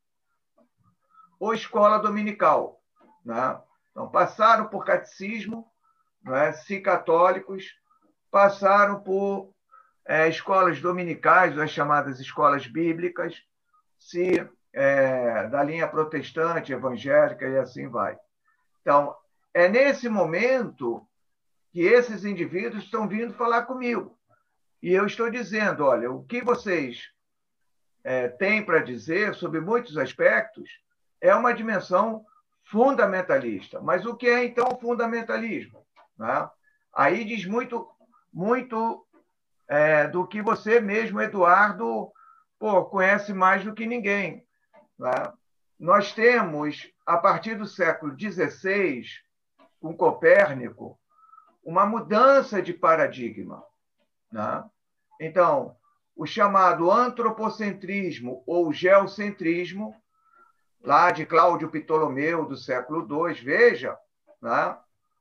Speaker 3: ou escola dominical. Né? Então, passaram por catecismo, né? Se católicos, passaram por é, escolas dominicais, as chamadas escolas bíblicas, se é, da linha protestante, evangélica e assim vai. Então, é nesse momento que esses indivíduos estão vindo falar comigo. E eu estou dizendo, olha, o que vocês é, têm para dizer sobre muitos aspectos é uma dimensão fundamentalista. Mas o que é, então, o fundamentalismo? Né? Aí diz muito, muito é, do que você mesmo, Eduardo, pô, conhece mais do que ninguém. Né? Nós temos, a partir do século dezesseis, com Copérnico, uma mudança de paradigma. Né? Então, o chamado antropocentrismo ou geocentrismo, lá de Cláudio Ptolomeu, do século dois, veja, né?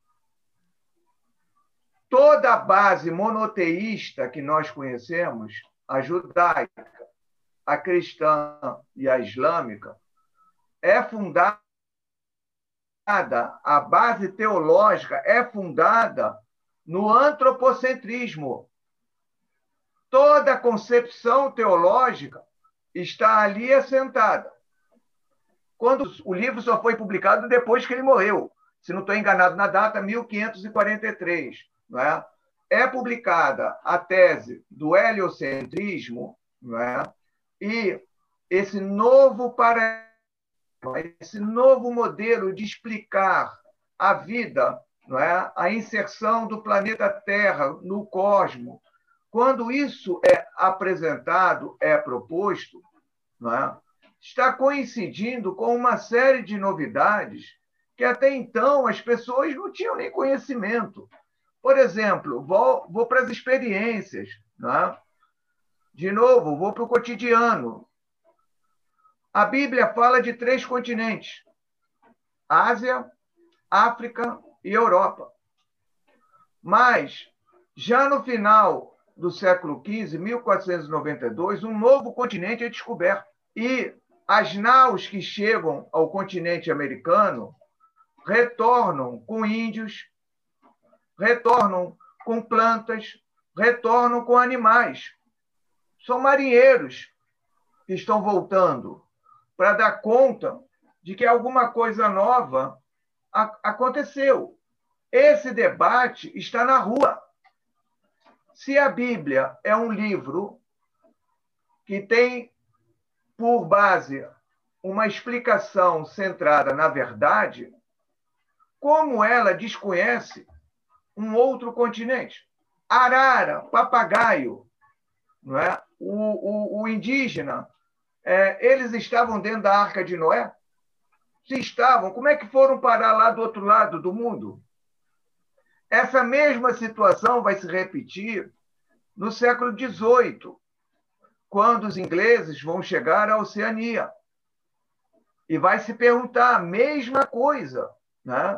Speaker 3: Toda a base monoteísta que nós conhecemos, a judaica, a cristã e a islâmica, é fundada, a base teológica é fundada no antropocentrismo. Toda a concepção teológica está ali assentada. Quando o livro só foi publicado depois que ele morreu, se não estou enganado na data, mil quinhentos e quarenta e três. Não é? É publicada a tese do heliocentrismo, não é? E esse novo paradigma, esse novo modelo de explicar a vida, não é? A inserção do planeta Terra no cosmos, quando isso é apresentado, é proposto, não é? Está coincidindo com uma série de novidades que até então as pessoas não tinham nem conhecimento. Por exemplo, vou, vou para as experiências. Não é? De novo, vou para o cotidiano. A Bíblia fala de três continentes: Ásia, África e Europa. Mas, já no final do século quinze, mil quatrocentos e noventa e dois, um novo continente é descoberto. E as naus que chegam ao continente americano retornam com índios, retornam com plantas, retornam com animais. São marinheiros que estão voltando para dar conta de que alguma coisa nova aconteceu. Esse debate está na rua. Se a Bíblia é um livro que tem por base uma explicação centrada na verdade, como ela desconhece um outro continente? Arara, papagaio, não é? o, o, o indígena, é, eles estavam dentro da Arca de Noé? Se estavam, como é que foram parar lá do outro lado do mundo? Essa mesma situação vai se repetir no século dezoito, quando os ingleses vão chegar à Oceania. E vai se perguntar a mesma coisa, né?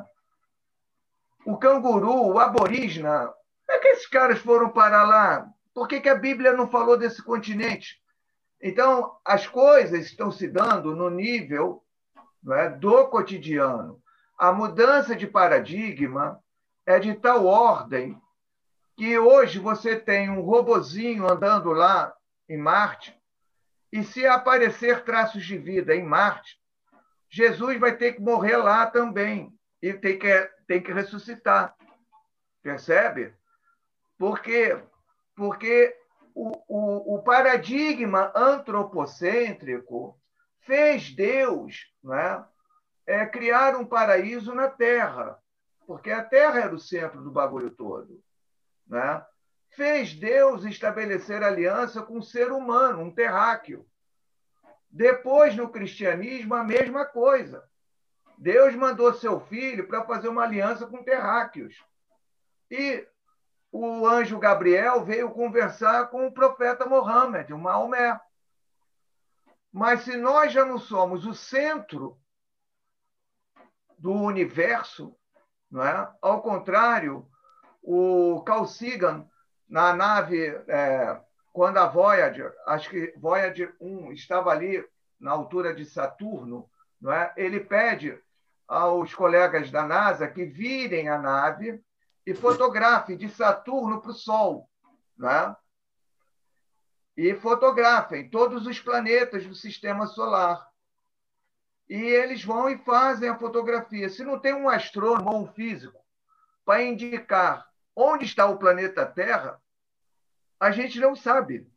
Speaker 3: O canguru, o aborígena, como é que esses caras foram parar lá? Por que que a Bíblia não falou desse continente? Então, as coisas estão se dando no nível, não é, do cotidiano. A mudança de paradigma é de tal ordem que hoje você tem um robozinho andando lá em Marte, e se aparecer traços de vida em Marte, Jesus vai ter que morrer lá também e tem que, tem que ressuscitar. Percebe? Porque, porque o, o, o paradigma antropocêntrico fez Deus, né, é, criar um paraíso na Terra, porque a Terra era o centro do bagulho todo, né? Fez Deus estabelecer aliança com o ser humano, um terráqueo. Depois, no cristianismo, a mesma coisa. Deus mandou seu filho para fazer uma aliança com terráqueos. E o anjo Gabriel veio conversar com o profeta Mohammed, o Maomé. Mas se nós já não somos o centro do universo, não é? Ao contrário, o Carl Sagan, na nave, é, quando a Voyager, acho que Voyager um, estava ali na altura de Saturno, não é? Ele pede aos colegas da NASA que virem a nave e fotografem de Saturno para o Sol, não é? E fotografem todos os planetas do sistema solar. E eles vão e fazem a fotografia. Se não tem um astrônomo ou um físico para indicar onde está o planeta Terra, a gente não sabe.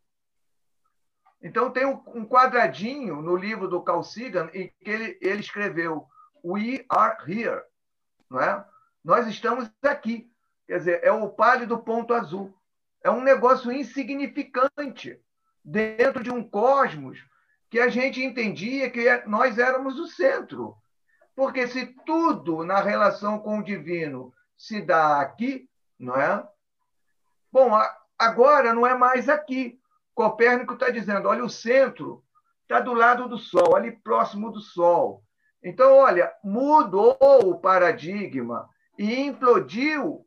Speaker 3: Então, tem um quadradinho no livro do Carl Sagan em que ele, ele escreveu We are here. Não é? Nós estamos aqui. Quer dizer, é o pálido ponto azul. É um negócio insignificante dentro de um cosmos que a gente entendia que nós éramos o centro. Porque se tudo na relação com o divino se dá aqui, não é? Bom, agora não é mais aqui. Copérnico está dizendo, olha, o centro está do lado do Sol, ali próximo do Sol. Então, olha, mudou o paradigma e implodiu,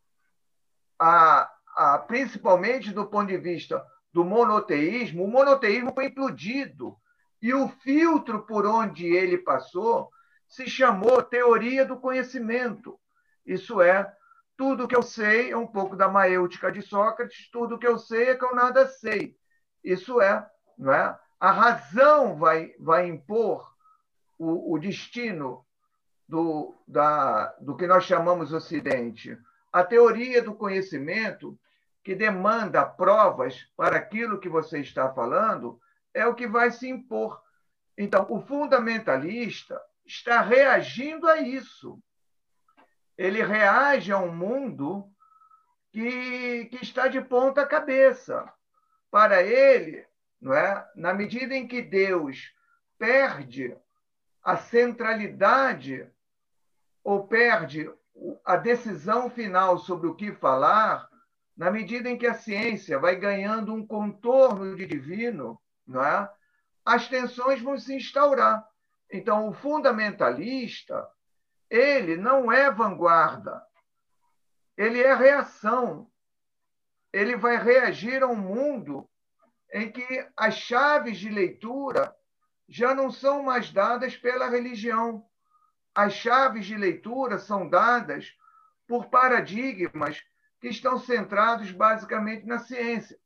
Speaker 3: a, a, principalmente do ponto de vista do monoteísmo. O monoteísmo foi implodido e o filtro por onde ele passou se chamou teoria do conhecimento. Isso é, tudo que eu sei é um pouco da maêutica de Sócrates, tudo que eu sei é que eu nada sei. Isso é, não é? A razão vai, vai impor o, o destino do, da, do que nós chamamos Ocidente. A teoria do conhecimento, que demanda provas para aquilo que você está falando, é o que vai se impor. Então, o fundamentalista está reagindo a isso. Ele reage a um mundo que, que está de ponta cabeça. Para ele, não é? Na medida em que Deus perde a centralidade ou perde a decisão final sobre o que falar, na medida em que a ciência vai ganhando um contorno de divino, não é? As tensões vão se instaurar. Então, o fundamentalista, ele não é vanguarda, ele é reação. Ele vai reagir a um mundo em que as chaves de leitura já não são mais dadas pela religião. As chaves de leitura são dadas por paradigmas que estão centrados basicamente na ciência.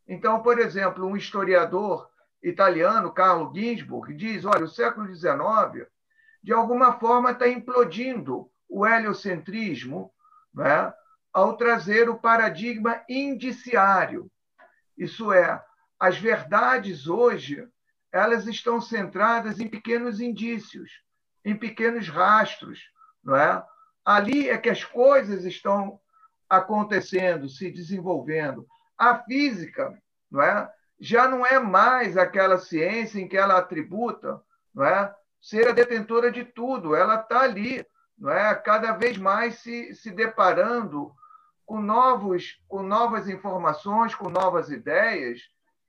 Speaker 3: Então, por exemplo, um historiador italiano, Carlo Ginzburg, diz, olha, o século dezenove, de alguma forma, está implodindo o heliocentrismo, né, ao trazer o paradigma indiciário. Isso é, as verdades hoje, elas estão centradas em pequenos indícios, em pequenos rastros, não é? Ali é que as coisas estão acontecendo, se desenvolvendo. A física, não é? Já não é mais aquela ciência em que ela atributa, não é? Ser a detentora de tudo, ela está ali, não é? Cada vez mais se, se deparando com, novos, com novas informações, com novas ideias,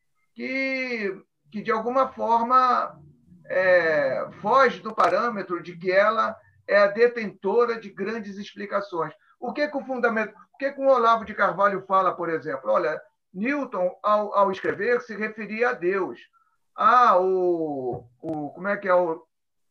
Speaker 3: que, que de alguma forma, é, foge do parâmetro de que ela é a detentora de grandes explicações. O que, que o fundamento, o que, que o Olavo de Carvalho fala, por exemplo? Olha, Newton, ao, ao escrever, se referia a Deus. Ah, o, o como é que é o,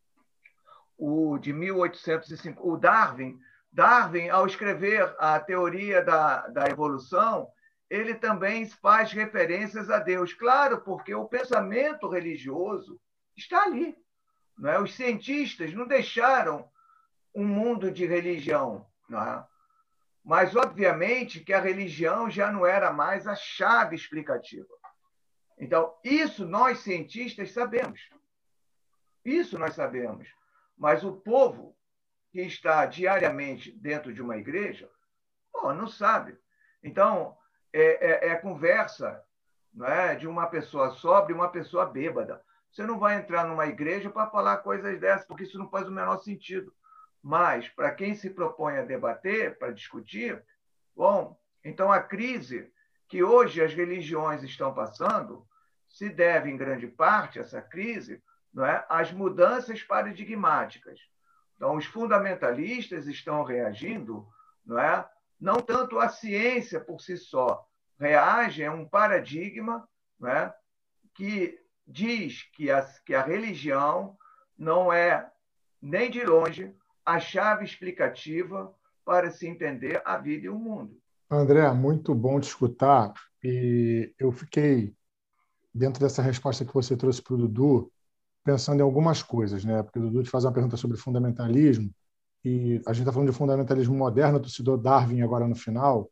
Speaker 3: o de mil oitocentos e cinco, o Darwin, Darwin, ao escrever a teoria da, da evolução, ele também faz referências a Deus. Claro, porque o pensamento religioso está ali. Não é? Os cientistas não deixaram um mundo de religião. Não é? Mas, obviamente, que a religião já não era mais a chave explicativa. Então, isso nós, cientistas, sabemos. Isso nós sabemos. Mas o povo que está diariamente dentro de uma igreja, pô, não sabe. Então, é, é, é conversa, não é, de uma pessoa sóbria e uma pessoa bêbada. Você não vai entrar numa igreja para falar coisas dessas, porque isso não faz o menor sentido. Mas, para quem se propõe a debater, para discutir, bom, então a crise que hoje as religiões estão passando se deve, em grande parte, essa crise, não é, às mudanças paradigmáticas. Então, os fundamentalistas estão reagindo, não é, não tanto a ciência por si só, reage a um paradigma, não é, que diz que a, que a religião não é, nem de longe, a chave explicativa para se entender a vida e o mundo.
Speaker 2: André, muito bom te escutar. E eu fiquei, dentro dessa resposta que você trouxe para o Dudu, pensando em algumas coisas, né? Porque o Dudu te faz uma pergunta sobre fundamentalismo, e a gente está falando de fundamentalismo moderno, tu citou Darwin agora no final.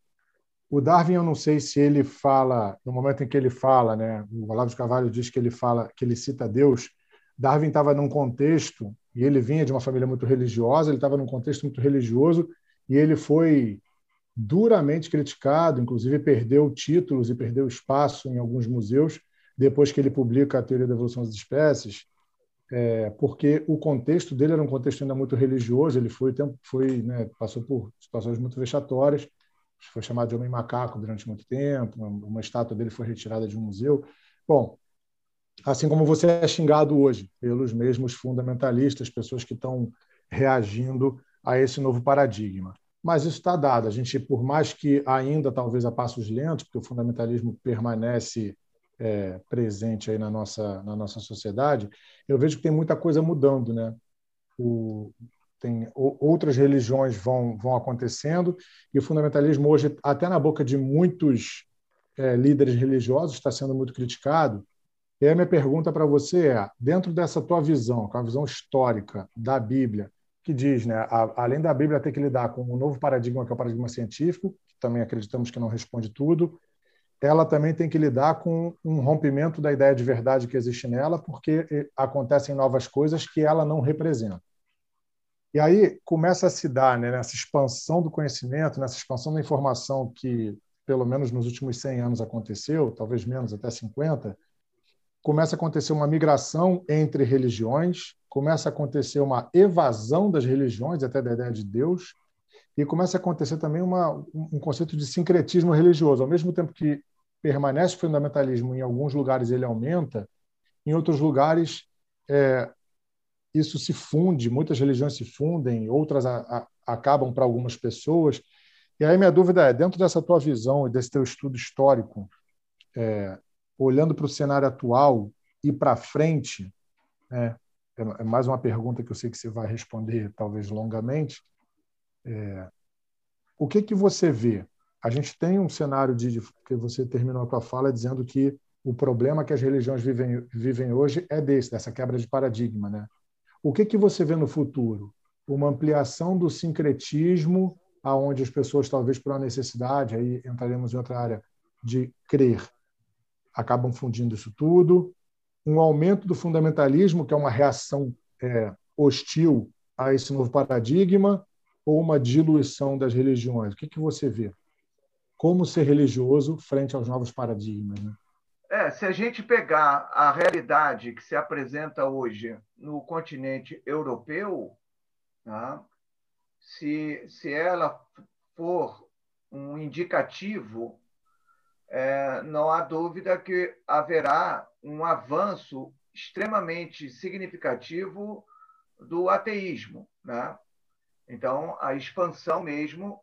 Speaker 2: O Darwin, eu não sei se ele fala, no momento em que ele fala, né? O Olavo de Carvalho diz que ele fala, que ele cita Deus. Darwin estava num contexto, e ele vinha de uma família muito religiosa, ele estava num contexto muito religioso, e ele foi duramente criticado, inclusive perdeu títulos e perdeu espaço em alguns museus, depois que ele publica a Teoria da Evolução das Espécies, é, porque o contexto dele era um contexto ainda muito religioso, ele foi, foi né, passou por situações muito vexatórias, foi chamado de homem macaco durante muito tempo, uma, uma estátua dele foi retirada de um museu. Bom, assim como você é xingado hoje pelos mesmos fundamentalistas, pessoas que estão reagindo a esse novo paradigma. Mas isso está dado. A gente, por mais que ainda talvez a passos lentos, porque o fundamentalismo permanece é, presente aí na nossa, na nossa sociedade, eu vejo que tem muita coisa mudando, né? O, tem, outras religiões vão, vão acontecendo e o fundamentalismo hoje, até na boca de muitos é, líderes religiosos, está sendo muito criticado. E aí a minha pergunta para você é, dentro dessa tua visão, com a visão histórica da Bíblia, que diz, né, a, além da Bíblia ter que lidar com um novo paradigma, que é o paradigma científico, que também acreditamos que não responde tudo, ela também tem que lidar com um rompimento da ideia de verdade que existe nela, porque acontecem novas coisas que ela não representa. E aí começa a se dar, né, nessa expansão do conhecimento, nessa expansão da informação que, pelo menos nos últimos cem anos aconteceu, talvez menos, até cinquenta, começa a acontecer uma migração entre religiões, começa a acontecer uma evasão das religiões, até da ideia de Deus, e começa a acontecer também uma, um conceito de sincretismo religioso. Ao mesmo tempo que permanece o fundamentalismo, em alguns lugares ele aumenta, em outros lugares é, isso se funde, muitas religiões se fundem, outras a, a, acabam para algumas pessoas. E aí minha dúvida é, dentro dessa tua visão e desse teu estudo histórico, é, olhando para o cenário atual e para frente, né, é mais uma pergunta que eu sei que você vai responder talvez longamente, é, o que que você vê a gente tem um cenário de, de que você terminou a tua fala dizendo que o problema que as religiões vivem, vivem hoje é desse, dessa quebra de paradigma, né? O que, que você vê no futuro? Uma ampliação do sincretismo, aonde as pessoas, talvez por uma necessidade, aí entraremos em outra área, de crer, acabam fundindo isso tudo. Um aumento do fundamentalismo, que é uma reação é, hostil a esse novo paradigma, ou uma diluição das religiões? O que, que você vê? Como ser religioso frente aos novos paradigmas, né?
Speaker 3: É, se a gente pegar a realidade que se apresenta hoje no continente europeu, tá? se, se ela for um indicativo, é, não há dúvida que haverá um avanço extremamente significativo do ateísmo, né? Então, a expansão mesmo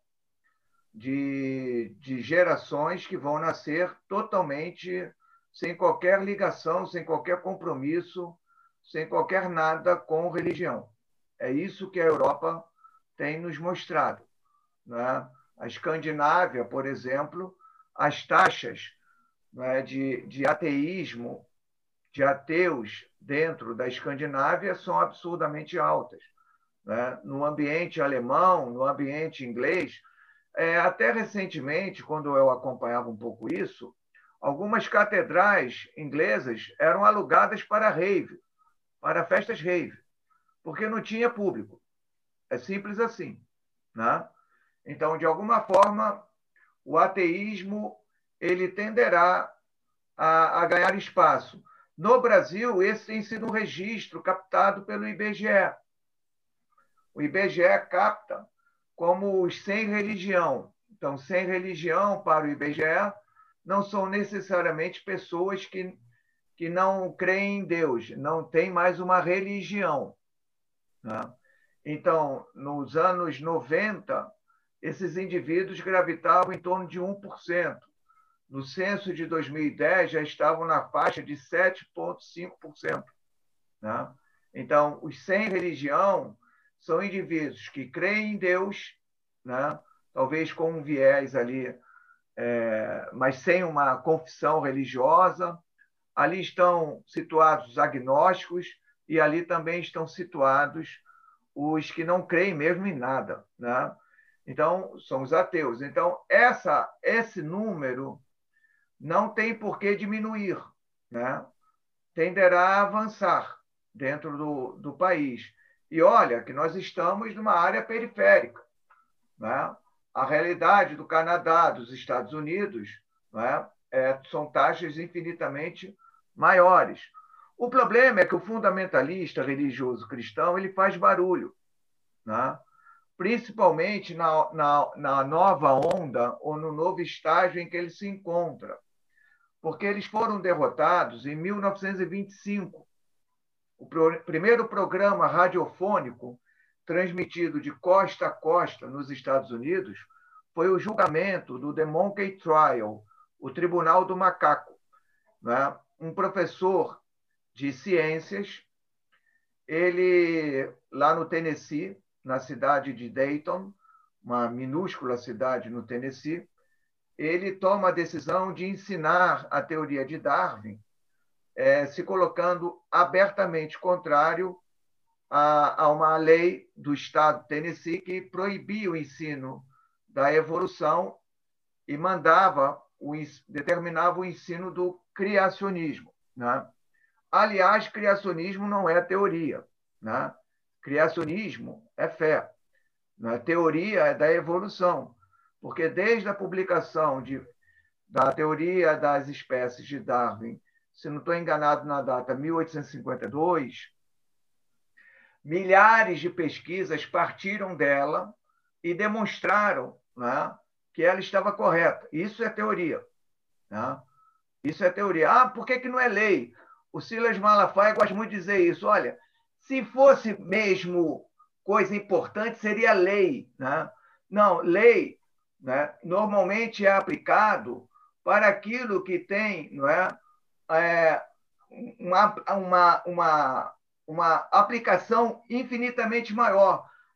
Speaker 3: de, de gerações que vão nascer totalmente sem qualquer ligação, sem qualquer compromisso, sem qualquer nada com religião. É isso que a Europa tem nos mostrado, né? A Escandinávia, por exemplo, as taxas, né, de, de ateísmo, de ateus dentro da Escandinávia são absurdamente altas, né? No ambiente alemão, no ambiente inglês, é, até recentemente, quando eu acompanhava um pouco isso, algumas catedrais inglesas eram alugadas para rave, para festas rave, porque não tinha público. É simples assim, né? Então, de alguma forma, o ateísmo ele tenderá a, a ganhar espaço. No Brasil, esse tem sido um registro captado pelo I B G E. O I B G E capta como os sem religião. Então, sem religião, para o I B G E, não são necessariamente pessoas que, que não creem em Deus, não tem mais uma religião, né? Então, nos anos noventa, esses indivíduos gravitavam em torno de um por cento. No censo de dois mil e dez, já estavam na faixa de sete vírgula cinco por cento, né? Então, os sem religião são indivíduos que creem em Deus, né? Talvez com um viés ali, é, mas sem uma confissão religiosa. Ali estão situados os agnósticos e ali também estão situados os que não creem mesmo em nada, né? Então, são os ateus. Então, essa, esse número não tem por que diminuir, né? Tenderá a avançar dentro do, do país. E olha que nós estamos numa área periférica, né? A realidade do Canadá, dos Estados Unidos, né, é, são taxas infinitamente maiores. O problema é que o fundamentalista religioso cristão ele faz barulho, né? Principalmente na, na, na nova onda ou no novo estágio em que ele se encontra, porque eles foram derrotados em mil novecentos e vinte e cinco. O pro, primeiro programa radiofônico transmitido de costa a costa nos Estados Unidos foi o julgamento do The Monkey Trial, o Tribunal do Macaco, né? Um professor de ciências, ele lá no Tennessee, na cidade de Dayton, uma minúscula cidade no Tennessee, ele toma a decisão de ensinar a teoria de Darwin, é, se colocando abertamente contrário a, a uma lei do estado de Tennessee que proibia o ensino da evolução e mandava o, determinava o ensino do criacionismo, né? Aliás, criacionismo não é teoria, né? Criacionismo é fé, né? Teoria é da evolução, porque desde a publicação de, da teoria das espécies de Darwin, se não estou enganado na data, mil oitocentos e cinquenta e dois, milhares de pesquisas partiram dela e demonstraram, né, que ela estava correta. Isso é teoria, né? Isso é teoria. Ah, por que, que não é lei? O Silas Malafaia gosta muito de dizer isso. Olha, se fosse mesmo coisa importante, seria lei, né? Não, lei, né, normalmente é aplicado para aquilo que tem, não é, é uma, uma, uma, uma aplicação infinitamente maior.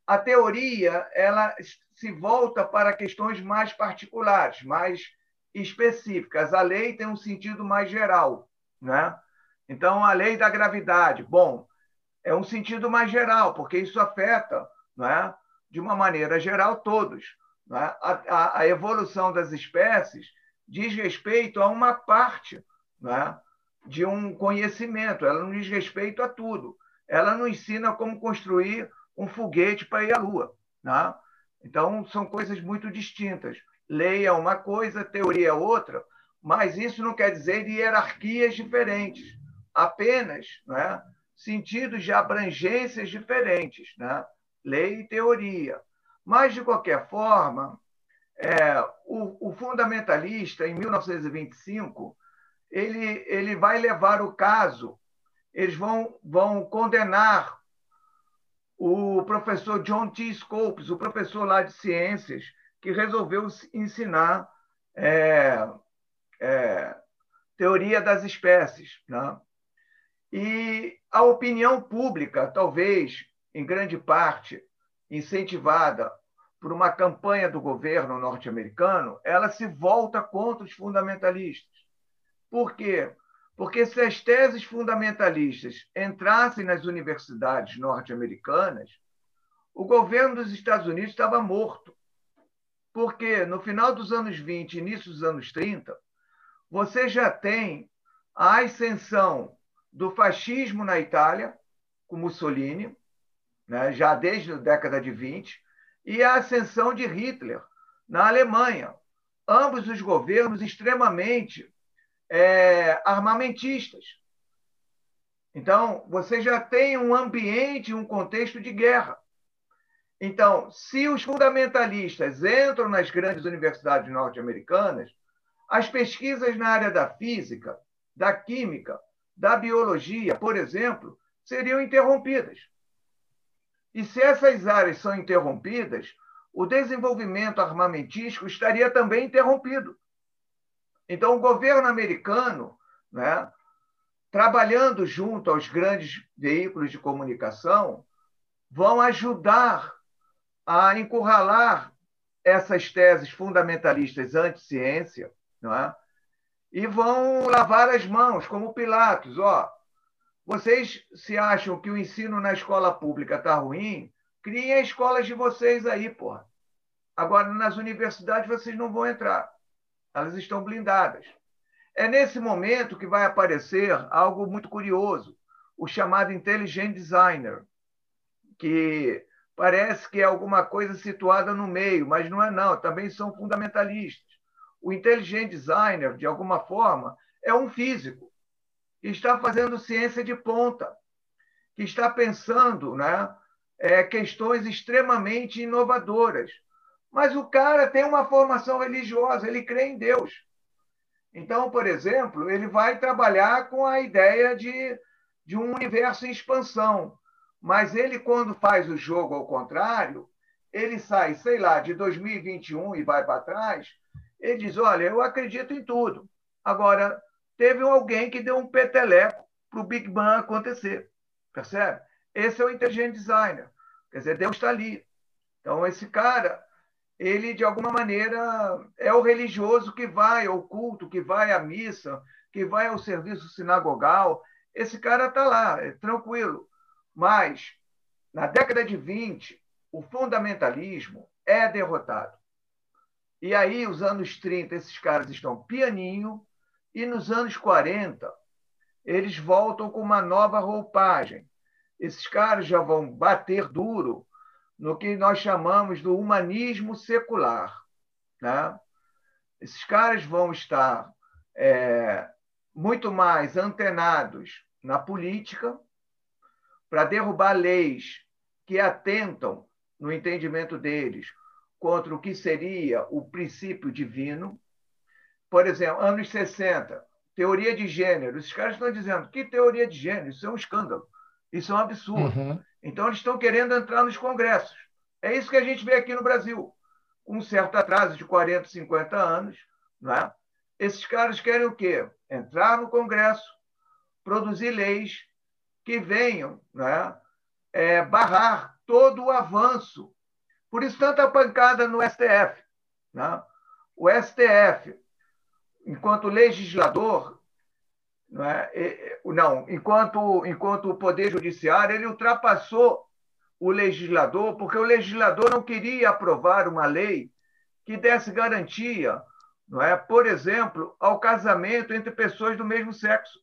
Speaker 3: a teoria ela se volta para questões mais particulares, mais específicas. A lei tem um sentido mais geral, né? Então, a lei da gravidade, bom, é um sentido mais geral, porque isso afeta, né, de uma maneira geral, todos. Né? A, a, a evolução das espécies diz respeito a uma parte, né, de um conhecimento, ela não diz respeito a tudo. Ela não ensina como construir um foguete para ir à Lua. Né? Então, são coisas muito distintas. Lei é uma coisa, teoria é outra, mas isso não quer dizer hierarquias diferentes, apenas, né, sentidos de abrangências diferentes, né? Lei e teoria. Mas, de qualquer forma, é, o, o fundamentalista, em mil novecentos e vinte e cinco, ele, ele vai levar o caso, eles vão, vão condenar o professor John T. Scopes, o professor lá de ciências, que resolveu ensinar é, é, teoria das espécies, né? E a opinião pública, talvez, em grande parte, incentivada por uma campanha do governo norte-americano, ela se volta contra os fundamentalistas. Por quê? Porque se as teses fundamentalistas entrassem nas universidades norte-americanas, o governo dos Estados Unidos estava morto. Porque no final dos anos vinte, início dos anos trinta, você já tem a ascensão do fascismo na Itália, com Mussolini, né, já desde a década de vinte, e a ascensão de Hitler na Alemanha. Ambos os governos extremamente é, armamentistas. Então, você já tem um ambiente, um contexto de guerra. Então, se os fundamentalistas entram nas grandes universidades norte-americanas, as pesquisas na área da física, da química, da biologia, por exemplo, seriam interrompidas. E se essas áreas são interrompidas, o desenvolvimento armamentístico estaria também interrompido. Então, o governo americano, né, trabalhando junto aos grandes veículos de comunicação, vão ajudar a encurralar essas teses fundamentalistas anti-ciência, não é? E vão lavar as mãos, como Pilatos. Ó, vocês se acham que o ensino na escola pública está ruim? Criem as escolas de vocês aí, porra. Agora, nas universidades, vocês não vão entrar. Elas estão blindadas. É nesse momento que vai aparecer algo muito curioso, o chamado Intelligent Designer, que parece que é alguma coisa situada no meio, mas não é não, também são fundamentalistas. O Intelligent Designer, de alguma forma, é um físico que está fazendo ciência de ponta, que está pensando, né, é, questões extremamente inovadoras. Mas o cara tem uma formação religiosa, ele crê em Deus. Então, por exemplo, ele vai trabalhar com a ideia de, de um universo em expansão. Mas ele, quando faz o jogo ao contrário, ele sai, sei lá, de dois mil e vinte e um e vai para trás, ele diz, olha, eu acredito em tudo. Agora, teve alguém que deu um peteleco para o Big Bang acontecer. Percebe? Esse é o Intelligent Designer. Quer dizer, Deus está ali. Então, esse cara, ele, de alguma maneira, é o religioso que vai ao culto, que vai à missa, que vai ao serviço sinagogal. Esse cara está lá, é tranquilo. Mas, na década de vinte, o fundamentalismo é derrotado. E aí, os anos trinta, esses caras estão pianinho, e nos anos quarenta, eles voltam com uma nova roupagem. Esses caras já vão bater duro no que nós chamamos do humanismo secular. Né? Esses caras vão estar é, muito mais antenados na política para derrubar leis que atentam, no entendimento deles, contra o que seria o princípio divino. Por exemplo, anos sessenta, teoria de gênero. Esses caras estão dizendo, que teoria de gênero? Isso é um escândalo. Isso é um absurdo. Uhum. Então, eles estão querendo entrar nos congressos. É isso que a gente vê aqui no Brasil. Com um certo atraso de quarenta, cinquenta anos. Não é? Esses caras querem o quê? Entrar no Congresso, produzir leis que venham, não é? é, barrar todo o avanço. Por isso, tanta pancada no S T F. Né? O S T F, enquanto legislador, não, é, não enquanto, enquanto o Poder Judiciário, ele ultrapassou o legislador, porque o legislador não queria aprovar uma lei que desse garantia, não é, por exemplo, ao casamento entre pessoas do mesmo sexo.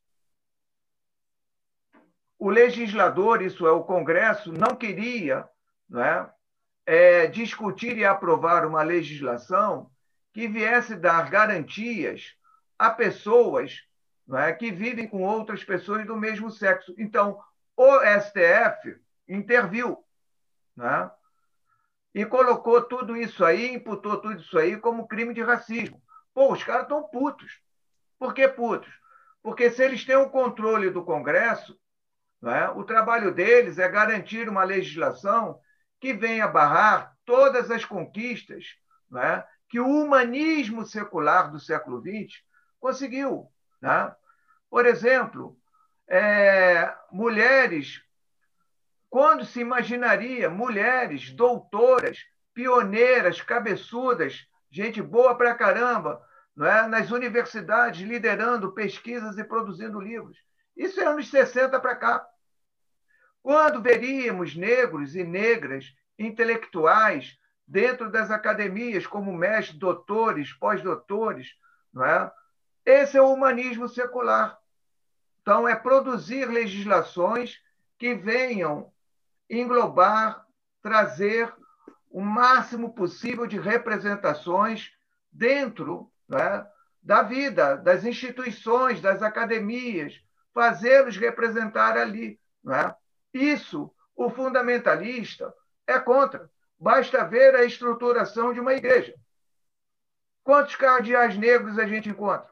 Speaker 3: O legislador, isso é, o Congresso, não queria, não é, é, discutir e aprovar uma legislação que viesse dar garantias a pessoas, não é, que vivem com outras pessoas do mesmo sexo. Então, o S T F interviu, não é, e colocou tudo isso aí, imputou tudo isso aí como crime de racismo. Pô, os caras estão putos. Por que putos? Porque se eles têm o controle do Congresso, não é, o trabalho deles é garantir uma legislação que venha barrar todas as conquistas, não é, que o humanismo secular do século vinte conseguiu. Não é? Por exemplo, é, mulheres... Quando se imaginaria mulheres doutoras, pioneiras, cabeçudas, gente boa pra caramba, não é? Nas universidades, liderando pesquisas e produzindo livros? Isso é anos sessenta para cá. Quando veríamos negros e negras intelectuais dentro das academias, como mestres, doutores, pós-doutores, não é? Esse é o humanismo secular. Então, é produzir legislações que venham englobar, trazer o máximo possível de representações dentro, né, da vida, das instituições, das academias, fazê-los representar ali. Né? Isso, o fundamentalista é contra. Basta ver a estruturação de uma igreja. Quantos cardeais negros a gente encontra?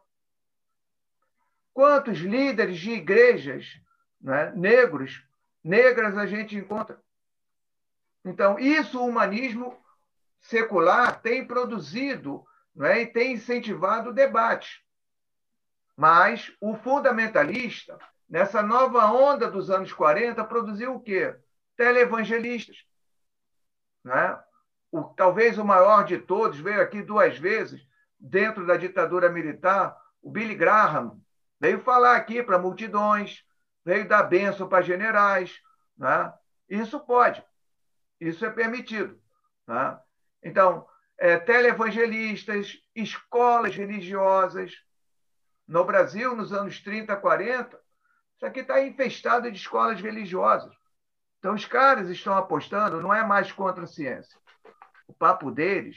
Speaker 3: Quantos líderes de igrejas, né, negros, negras a gente encontra? Então, isso o humanismo secular tem produzido, não é, e tem incentivado o debate. Mas o fundamentalista, nessa nova onda dos anos quarenta, produziu o quê? Televangelistas. Não é? O, talvez o maior de todos, veio aqui duas vezes, dentro da ditadura militar, o Billy Graham, veio falar aqui para multidões, veio dar bênção para generais. Né? Isso pode, isso é permitido. Né? Então, é, televangelistas, escolas religiosas. No Brasil, nos anos trinta, quarenta, isso aqui está infestado de escolas religiosas. Então, os caras estão apostando, não é mais contra a ciência. O papo deles,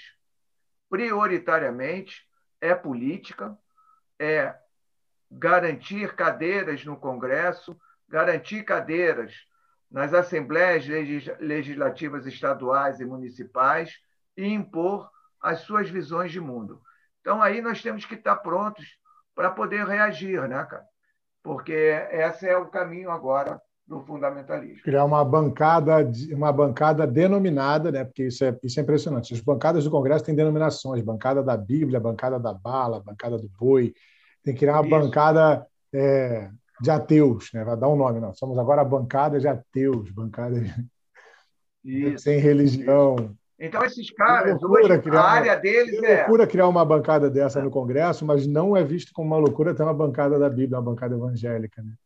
Speaker 3: prioritariamente, é política, é garantir cadeiras no Congresso, garantir cadeiras nas assembleias legislativas estaduais e municipais e impor as suas visões de mundo. Então, aí nós temos que estar prontos para poder reagir, né, cara? Porque esse é o caminho agora do fundamentalismo.
Speaker 2: Criar uma bancada, uma bancada denominada, né? Porque isso é, isso é impressionante. As bancadas do Congresso têm denominações: bancada da Bíblia, bancada da bala, bancada do boi. Tem que criar uma isso. bancada é, de ateus, né? Vai dar um nome, não. Somos agora a bancada de ateus, bancada de... Isso. Sem religião.
Speaker 3: Isso. Então, esses caras, hoje,
Speaker 2: criar,
Speaker 3: a área deles é...
Speaker 2: É loucura criar uma bancada dessa é. no Congresso, mas não é visto como uma loucura ter uma bancada da Bíblia, uma bancada evangélica. Né?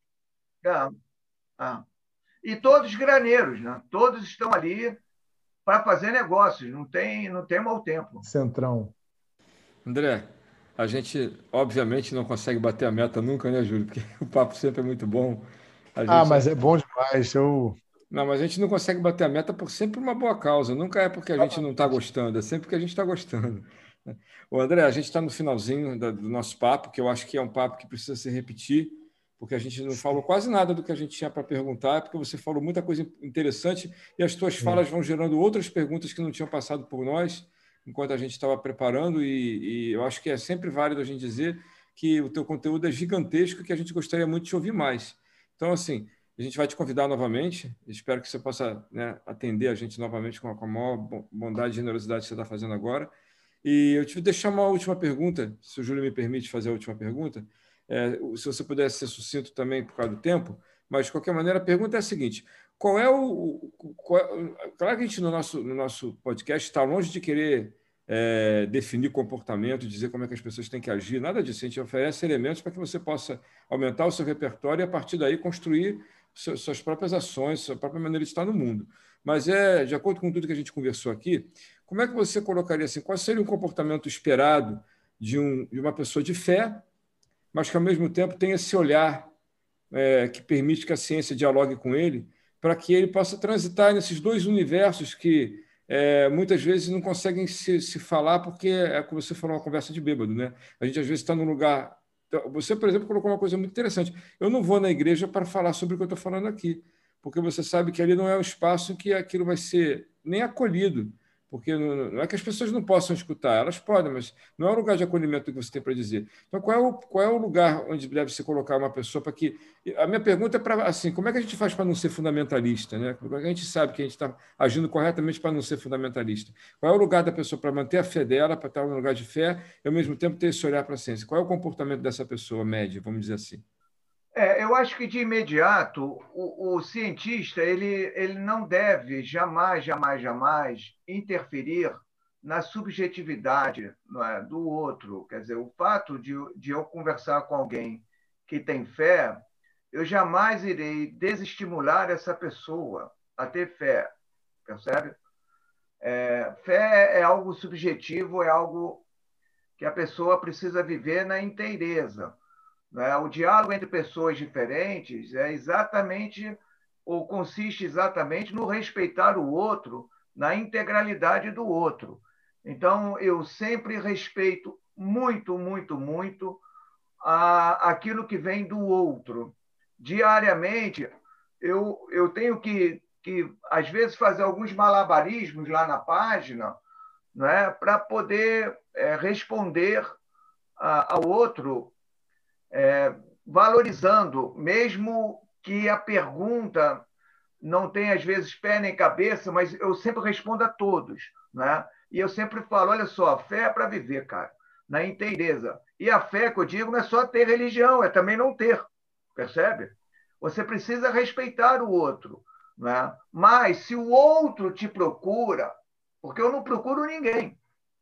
Speaker 3: É. Ah. E todos graneiros, né? Todos estão ali para fazer negócios, não tem, não tem mau tempo.
Speaker 2: Centrão.
Speaker 1: André, a gente, obviamente, não consegue bater a meta nunca, né, Júlio? Porque o papo sempre é muito bom. A gente...
Speaker 2: Ah, mas é bom demais. Eu...
Speaker 1: Não, mas a gente não consegue bater a meta por sempre uma boa causa. Nunca é porque a gente não está gostando, é sempre porque a gente está gostando. Ô, André, a gente está no finalzinho do nosso papo, que eu acho que é um papo que precisa se repetir, porque a gente não falou quase nada do que a gente tinha para perguntar, porque você falou muita coisa interessante e as tuas falas vão gerando outras perguntas que não tinham passado por nós enquanto a gente estava preparando, e, e eu acho que é sempre válido a gente dizer que o teu conteúdo é gigantesco e que a gente gostaria muito de ouvir mais. Então, assim, a gente vai te convidar novamente, espero que você possa, né, atender a gente novamente com a, com a maior bondade e generosidade que você está fazendo agora. E eu te vou deixar uma última pergunta, se o Júlio me permite fazer a última pergunta. É, se você pudesse ser sucinto também por causa do tempo, mas, de qualquer maneira, a pergunta é a seguinte: qual é o. Qual é, claro que a gente, no nosso, no nosso podcast, está longe de querer é, definir comportamento, dizer como é que as pessoas têm que agir, nada disso. A gente oferece elementos para que você possa aumentar o seu repertório e, a partir daí, construir suas próprias ações, sua própria maneira de estar no mundo. Mas, é, de acordo com tudo que a gente conversou aqui, como é que você colocaria assim? Qual seria o comportamento esperado de, um, de uma pessoa de fé, mas que, ao mesmo tempo, tem esse olhar é, que permite que a ciência dialogue com ele, para que ele possa transitar nesses dois universos que é, muitas vezes não conseguem se, se falar, porque é como você falou, uma conversa de bêbado, né? A gente, às vezes, está num lugar... Você, por exemplo, colocou uma coisa muito interessante. Eu não vou na igreja para falar sobre o que eu estou falando aqui, porque você sabe que ali não é um espaço em que aquilo vai ser nem acolhido, porque não é que as pessoas não possam escutar, elas podem, mas não é o lugar de acolhimento que você tem para dizer. Então, qual é o, qual é o lugar onde deve se colocar uma pessoa para que... A minha pergunta é para, assim, como é que a gente faz para não ser fundamentalista, né? Como é que a gente sabe que a gente está agindo corretamente para não ser fundamentalista? Qual é o lugar da pessoa para manter a fé dela, para estar no lugar de fé, e, ao mesmo tempo, ter esse olhar para a ciência? Qual é o comportamento dessa pessoa média, vamos dizer assim?
Speaker 3: É, eu acho que, de imediato, o, o cientista ele, ele não deve jamais, jamais, jamais interferir na subjetividade, não é, do outro. Quer dizer, o fato de, de eu conversar com alguém que tem fé, eu jamais irei desestimular essa pessoa a ter fé, percebe? É, fé é algo subjetivo, é algo que a pessoa precisa viver na inteireza. Né? O diálogo entre pessoas diferentes é exatamente, ou consiste exatamente no respeitar o outro, na integralidade do outro. Então, eu sempre respeito muito, muito, muito a, aquilo que vem do outro. Diariamente, eu, eu tenho que, que, às vezes, fazer alguns malabarismos lá na página, né, para poder é, responder a, ao outro, é, valorizando, mesmo que a pergunta não tenha, às vezes, pé nem cabeça, mas eu sempre respondo a todos. Né? E eu sempre falo, olha só, fé é para viver, cara, na inteireza. E a fé, que eu digo, não é só ter religião, é também não ter, percebe? Você precisa respeitar o outro. Né? Mas, se o outro te procura, porque eu não procuro ninguém,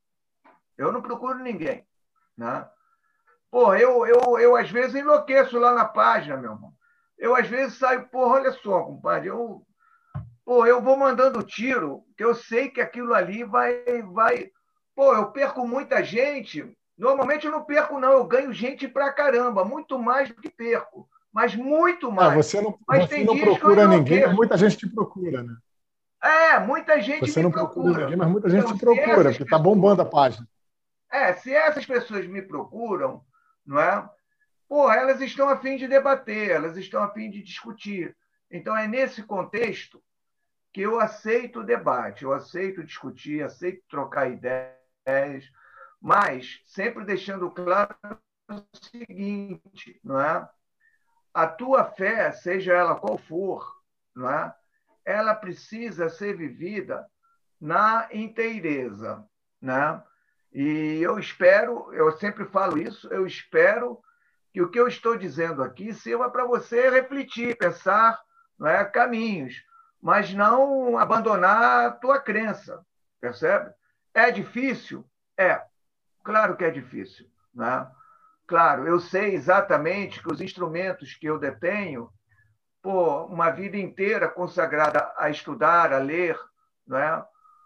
Speaker 3: eu não procuro ninguém, né? Pô, eu, eu, eu às vezes enlouqueço lá na página, meu irmão. Eu às vezes saio, porra, olha só, compadre, eu, pô, eu vou mandando tiro, que eu sei que aquilo ali vai, vai. Pô, eu perco muita gente. Normalmente eu não perco, não, eu ganho gente pra caramba, muito mais do que perco, mas muito
Speaker 2: Ah,
Speaker 3: mais.
Speaker 2: você não,
Speaker 3: Mas
Speaker 2: você
Speaker 3: tem
Speaker 2: não
Speaker 3: dias que eu
Speaker 2: procura ninguém, mas
Speaker 3: enlouqueço.
Speaker 2: muita gente te procura, né?
Speaker 3: É, muita gente
Speaker 2: Você
Speaker 3: me
Speaker 2: não procura
Speaker 3: procura.
Speaker 2: ninguém, mas muita gente
Speaker 3: Então,
Speaker 2: te
Speaker 3: se
Speaker 2: procura,
Speaker 3: essas
Speaker 2: porque está
Speaker 3: pessoas,
Speaker 2: bombando a página.
Speaker 3: é, se essas pessoas me procuram, não é? Pô, elas estão a fim de debater, elas estão a fim de discutir. Então, é nesse contexto que eu aceito o debate, eu aceito discutir, aceito trocar ideias, mas sempre deixando claro o seguinte, não é? A tua fé, seja ela qual for, não é? Ela precisa ser vivida na inteireza, né? E eu espero, eu sempre falo isso, eu espero que o que eu estou dizendo aqui sirva para você refletir, pensar, não é, caminhos, mas não abandonar a tua crença, percebe? É difícil? É, claro que é difícil. Né? Claro, eu sei exatamente que os instrumentos que eu detenho, pô, uma vida inteira consagrada a estudar, a ler, não é?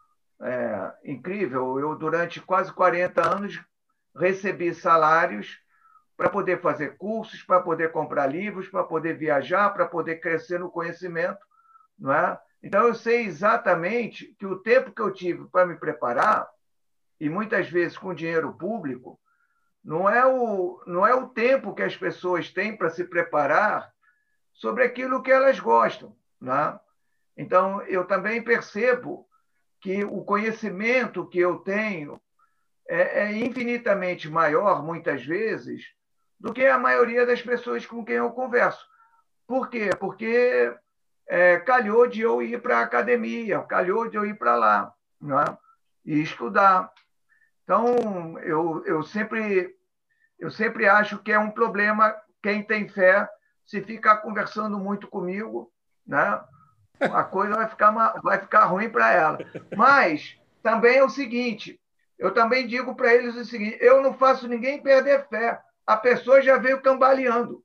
Speaker 3: É incrível, eu durante quase quarenta anos recebi salários para poder fazer cursos, para poder comprar livros, para poder viajar, para poder crescer no conhecimento, não é? Então eu sei exatamente que o tempo que eu tive para me preparar, e muitas vezes com dinheiro público, não é o não é o tempo que as pessoas têm para se preparar sobre aquilo que elas gostam, né? Então eu também percebo que o conhecimento que eu tenho é, é infinitamente maior, muitas vezes, do que a maioria das pessoas com quem eu converso. Por quê? Porque é, calhou de eu ir para a academia, calhou de eu ir para lá, não é? E estudar. Então, eu, eu, sempre, eu sempre acho que é um problema quem tem fé Se ficar conversando muito comigo, né, a coisa vai ficar, vai ficar ruim para ela. Mas também é o seguinte, eu também digo para eles o seguinte, eu não faço ninguém perder fé. A pessoa já veio cambaleando.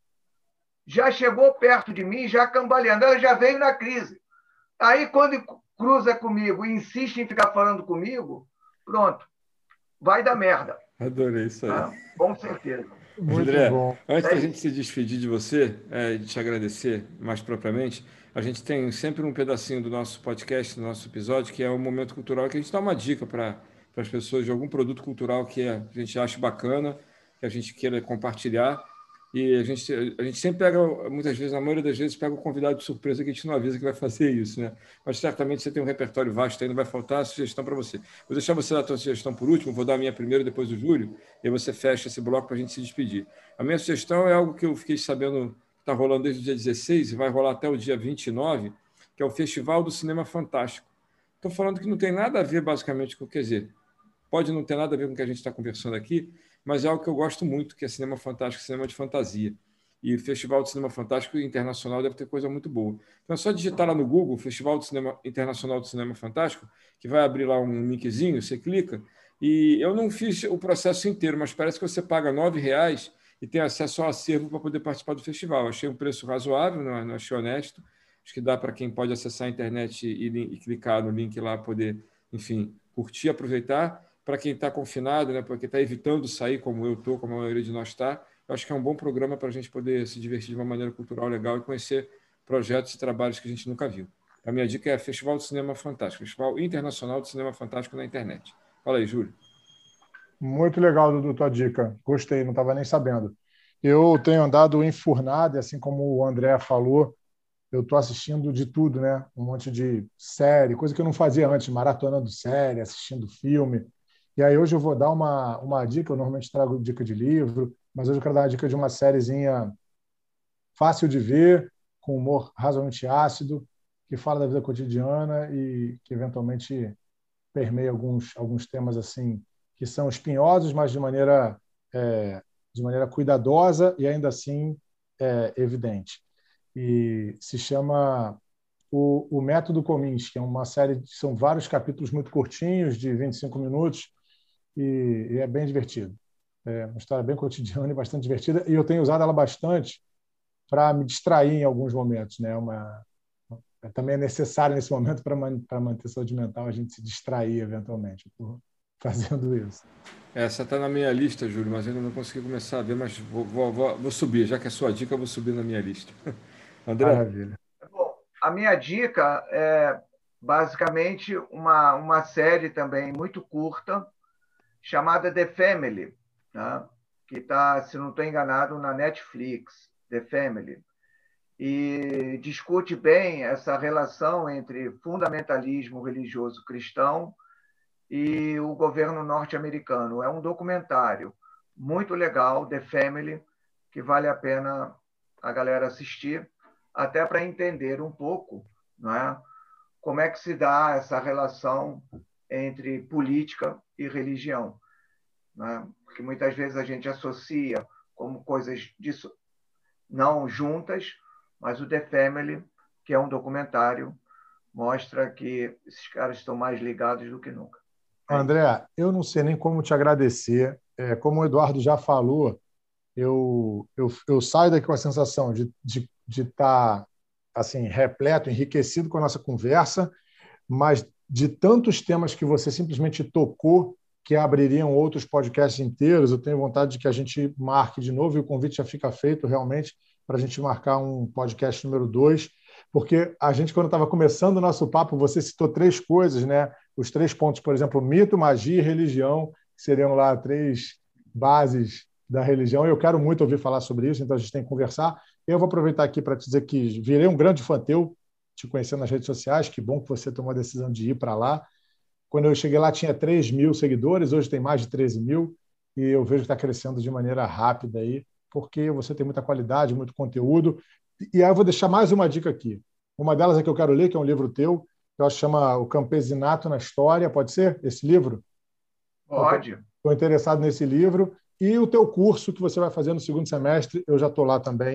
Speaker 3: Já chegou perto de mim, já cambaleando. Ela já veio na crise. Aí, quando cruza comigo e insiste em ficar falando comigo, pronto, vai dar merda.
Speaker 1: Adorei isso aí.
Speaker 3: Ah, com certeza.
Speaker 1: Muito André, bom. Antes é da gente se despedir de você, é, de te agradecer mais propriamente, a gente tem sempre um pedacinho do nosso podcast, do nosso episódio, que é o Momento Cultural, que a gente dá uma dica para as pessoas de algum produto cultural que a gente acha bacana, que a gente queira compartilhar. E a gente, a gente sempre pega, muitas vezes, na maioria das vezes, pega o convidado de surpresa que a gente não avisa que vai fazer isso, né? Mas certamente você tem um repertório vasto aí, não vai faltar sugestão para você. Vou deixar você dar a tua sugestão por último, vou dar a minha primeiro, depois do Júlio, e aí você fecha esse bloco para a gente se despedir. A minha sugestão é algo que eu fiquei sabendo que está rolando desde o dia dezesseis e vai rolar até o dia vinte e nove, que é o Festival do Cinema Fantástico. Estou falando que não tem nada a ver, basicamente, com, quer dizer, pode não ter nada a ver com o que a gente está conversando aqui, mas é algo que eu gosto muito, que é cinema fantástico, cinema de fantasia. E o Festival de Cinema Fantástico Internacional deve ter coisa muito boa. Então é só digitar lá no Google, Festival de Cinema Internacional de Cinema Fantástico, que vai abrir lá um linkzinho, você clica. E eu não fiz o processo inteiro, mas parece que você paga nove reais e tem acesso ao acervo para poder participar do festival. Achei um preço razoável, não, não achei honesto. Acho que dá para quem pode acessar a internet e, e clicar no link lá, poder, enfim, curtir, aproveitar. Para quem está confinado, né, para quem está evitando sair, como eu estou, como a maioria de nós está, eu acho que é um bom programa para a gente poder se divertir de uma maneira cultural legal e conhecer projetos e trabalhos que a gente nunca viu. A minha dica é Festival de Cinema Fantástico, Festival Internacional de Cinema Fantástico na internet. Fala aí, Júlio.
Speaker 2: Muito legal, Dudu, tua dica. Gostei, não estava nem sabendo. Eu tenho andado enfurnado, e assim como o André falou, eu estou assistindo de tudo, né? Um monte de série, coisa que eu não fazia antes, maratonando série, assistindo filme. E aí hoje eu vou dar uma, uma dica, eu normalmente trago dica de livro, mas hoje eu quero dar uma dica de uma sériezinha fácil de ver, com humor razoavelmente ácido, que fala da vida cotidiana e que eventualmente permeia alguns, alguns temas assim que são espinhosos, mas de maneira, é, de maneira cuidadosa e ainda assim é, evidente. E se chama o, o Método Kominsky, é uma série, são vários capítulos muito curtinhos, de vinte e cinco minutos, e, e é bem divertido. É uma história bem cotidiana e bastante divertida, e eu tenho usado ela bastante para me distrair em alguns momentos, né? Uma, também é necessário nesse momento para man, para manter saúde mental a gente se distrair eventualmente. Estou fazendo isso.
Speaker 1: Essa está na minha lista, Júlio, mas ainda não consegui começar a ver, mas vou, vou, vou, vou subir, já que é sua dica, eu vou subir na minha lista. André?
Speaker 2: Maravilha.
Speaker 3: Bom, a minha dica é basicamente uma, uma série também muito curta, chamada The Family, né? Que está, se não estou enganado, na Netflix, The Family. E discute bem essa relação entre fundamentalismo religioso cristão e o governo norte-americano. É um documentário muito legal, The Family, que vale a pena a galera assistir, até para entender um pouco, não é, como é que se dá essa relação entre política e religião, não é? Porque muitas vezes a gente associa como coisas disso, não juntas, mas o The Family, que é um documentário, mostra que esses caras estão mais ligados do que nunca. É
Speaker 2: André, eu não sei nem como te agradecer. É, como o Eduardo já falou, eu, eu, eu saio daqui com a sensação de de de estar assim, repleto, enriquecido com a nossa conversa, mas de tantos temas que você simplesmente tocou, que abririam outros podcasts inteiros, eu tenho vontade de que a gente marque de novo, e o convite já fica feito realmente para a gente marcar um podcast número dois, porque a gente, quando estava começando o nosso papo, você citou três coisas, né? Os três pontos, por exemplo, mito, magia e religião, que seriam lá três bases da religião. Eu quero muito ouvir falar sobre isso, então a gente tem que conversar. Eu vou aproveitar aqui para te dizer que virei um grande fã teu, te conhecendo nas redes sociais, que bom que você tomou a decisão de ir para lá. Quando eu cheguei lá tinha três mil seguidores, hoje tem mais de treze mil, e eu vejo que está crescendo de maneira rápida aí, porque você tem muita qualidade, muito conteúdo. E aí eu vou deixar mais uma dica aqui. Uma delas é que eu quero ler, que é um livro teu, que eu acho que chama O Campesinato na História. Pode ser esse livro?
Speaker 3: Pode.
Speaker 2: Estou interessado nesse livro. E o teu curso que você vai fazer no segundo semestre, eu já estou lá também,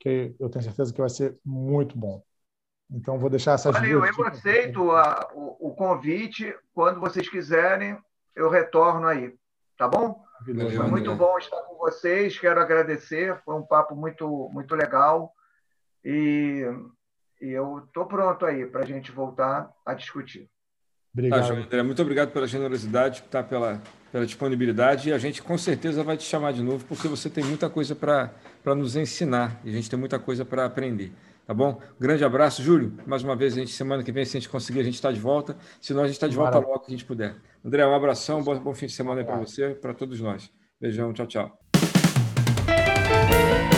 Speaker 2: que eu tenho certeza que vai ser muito bom. Então, vou deixar essas
Speaker 3: Olha,
Speaker 2: duas...
Speaker 3: eu aceito a, o, o convite. Quando vocês quiserem, eu retorno aí. Tá bom?
Speaker 1: Valeu,
Speaker 3: Foi muito
Speaker 1: André.
Speaker 3: bom estar com vocês. Quero agradecer. Foi um papo muito, muito legal. E, e eu estou pronto aí para a gente voltar a discutir.
Speaker 2: Obrigado.
Speaker 1: Tá, João, André, muito obrigado pela generosidade, tá, pela, pela disponibilidade. E a gente com certeza vai te chamar de novo, porque você tem muita coisa para nos ensinar. E a gente tem muita coisa para aprender. Tá bom? Grande abraço, Júlio. Mais uma vez, a gente, semana que vem, se a gente conseguir, a gente está de volta. Se não, a gente está de volta
Speaker 2: Maravilha.
Speaker 1: logo que a gente puder. André, um abração, bom, bom fim de semana aí para você, para todos nós. Beijão, tchau, tchau.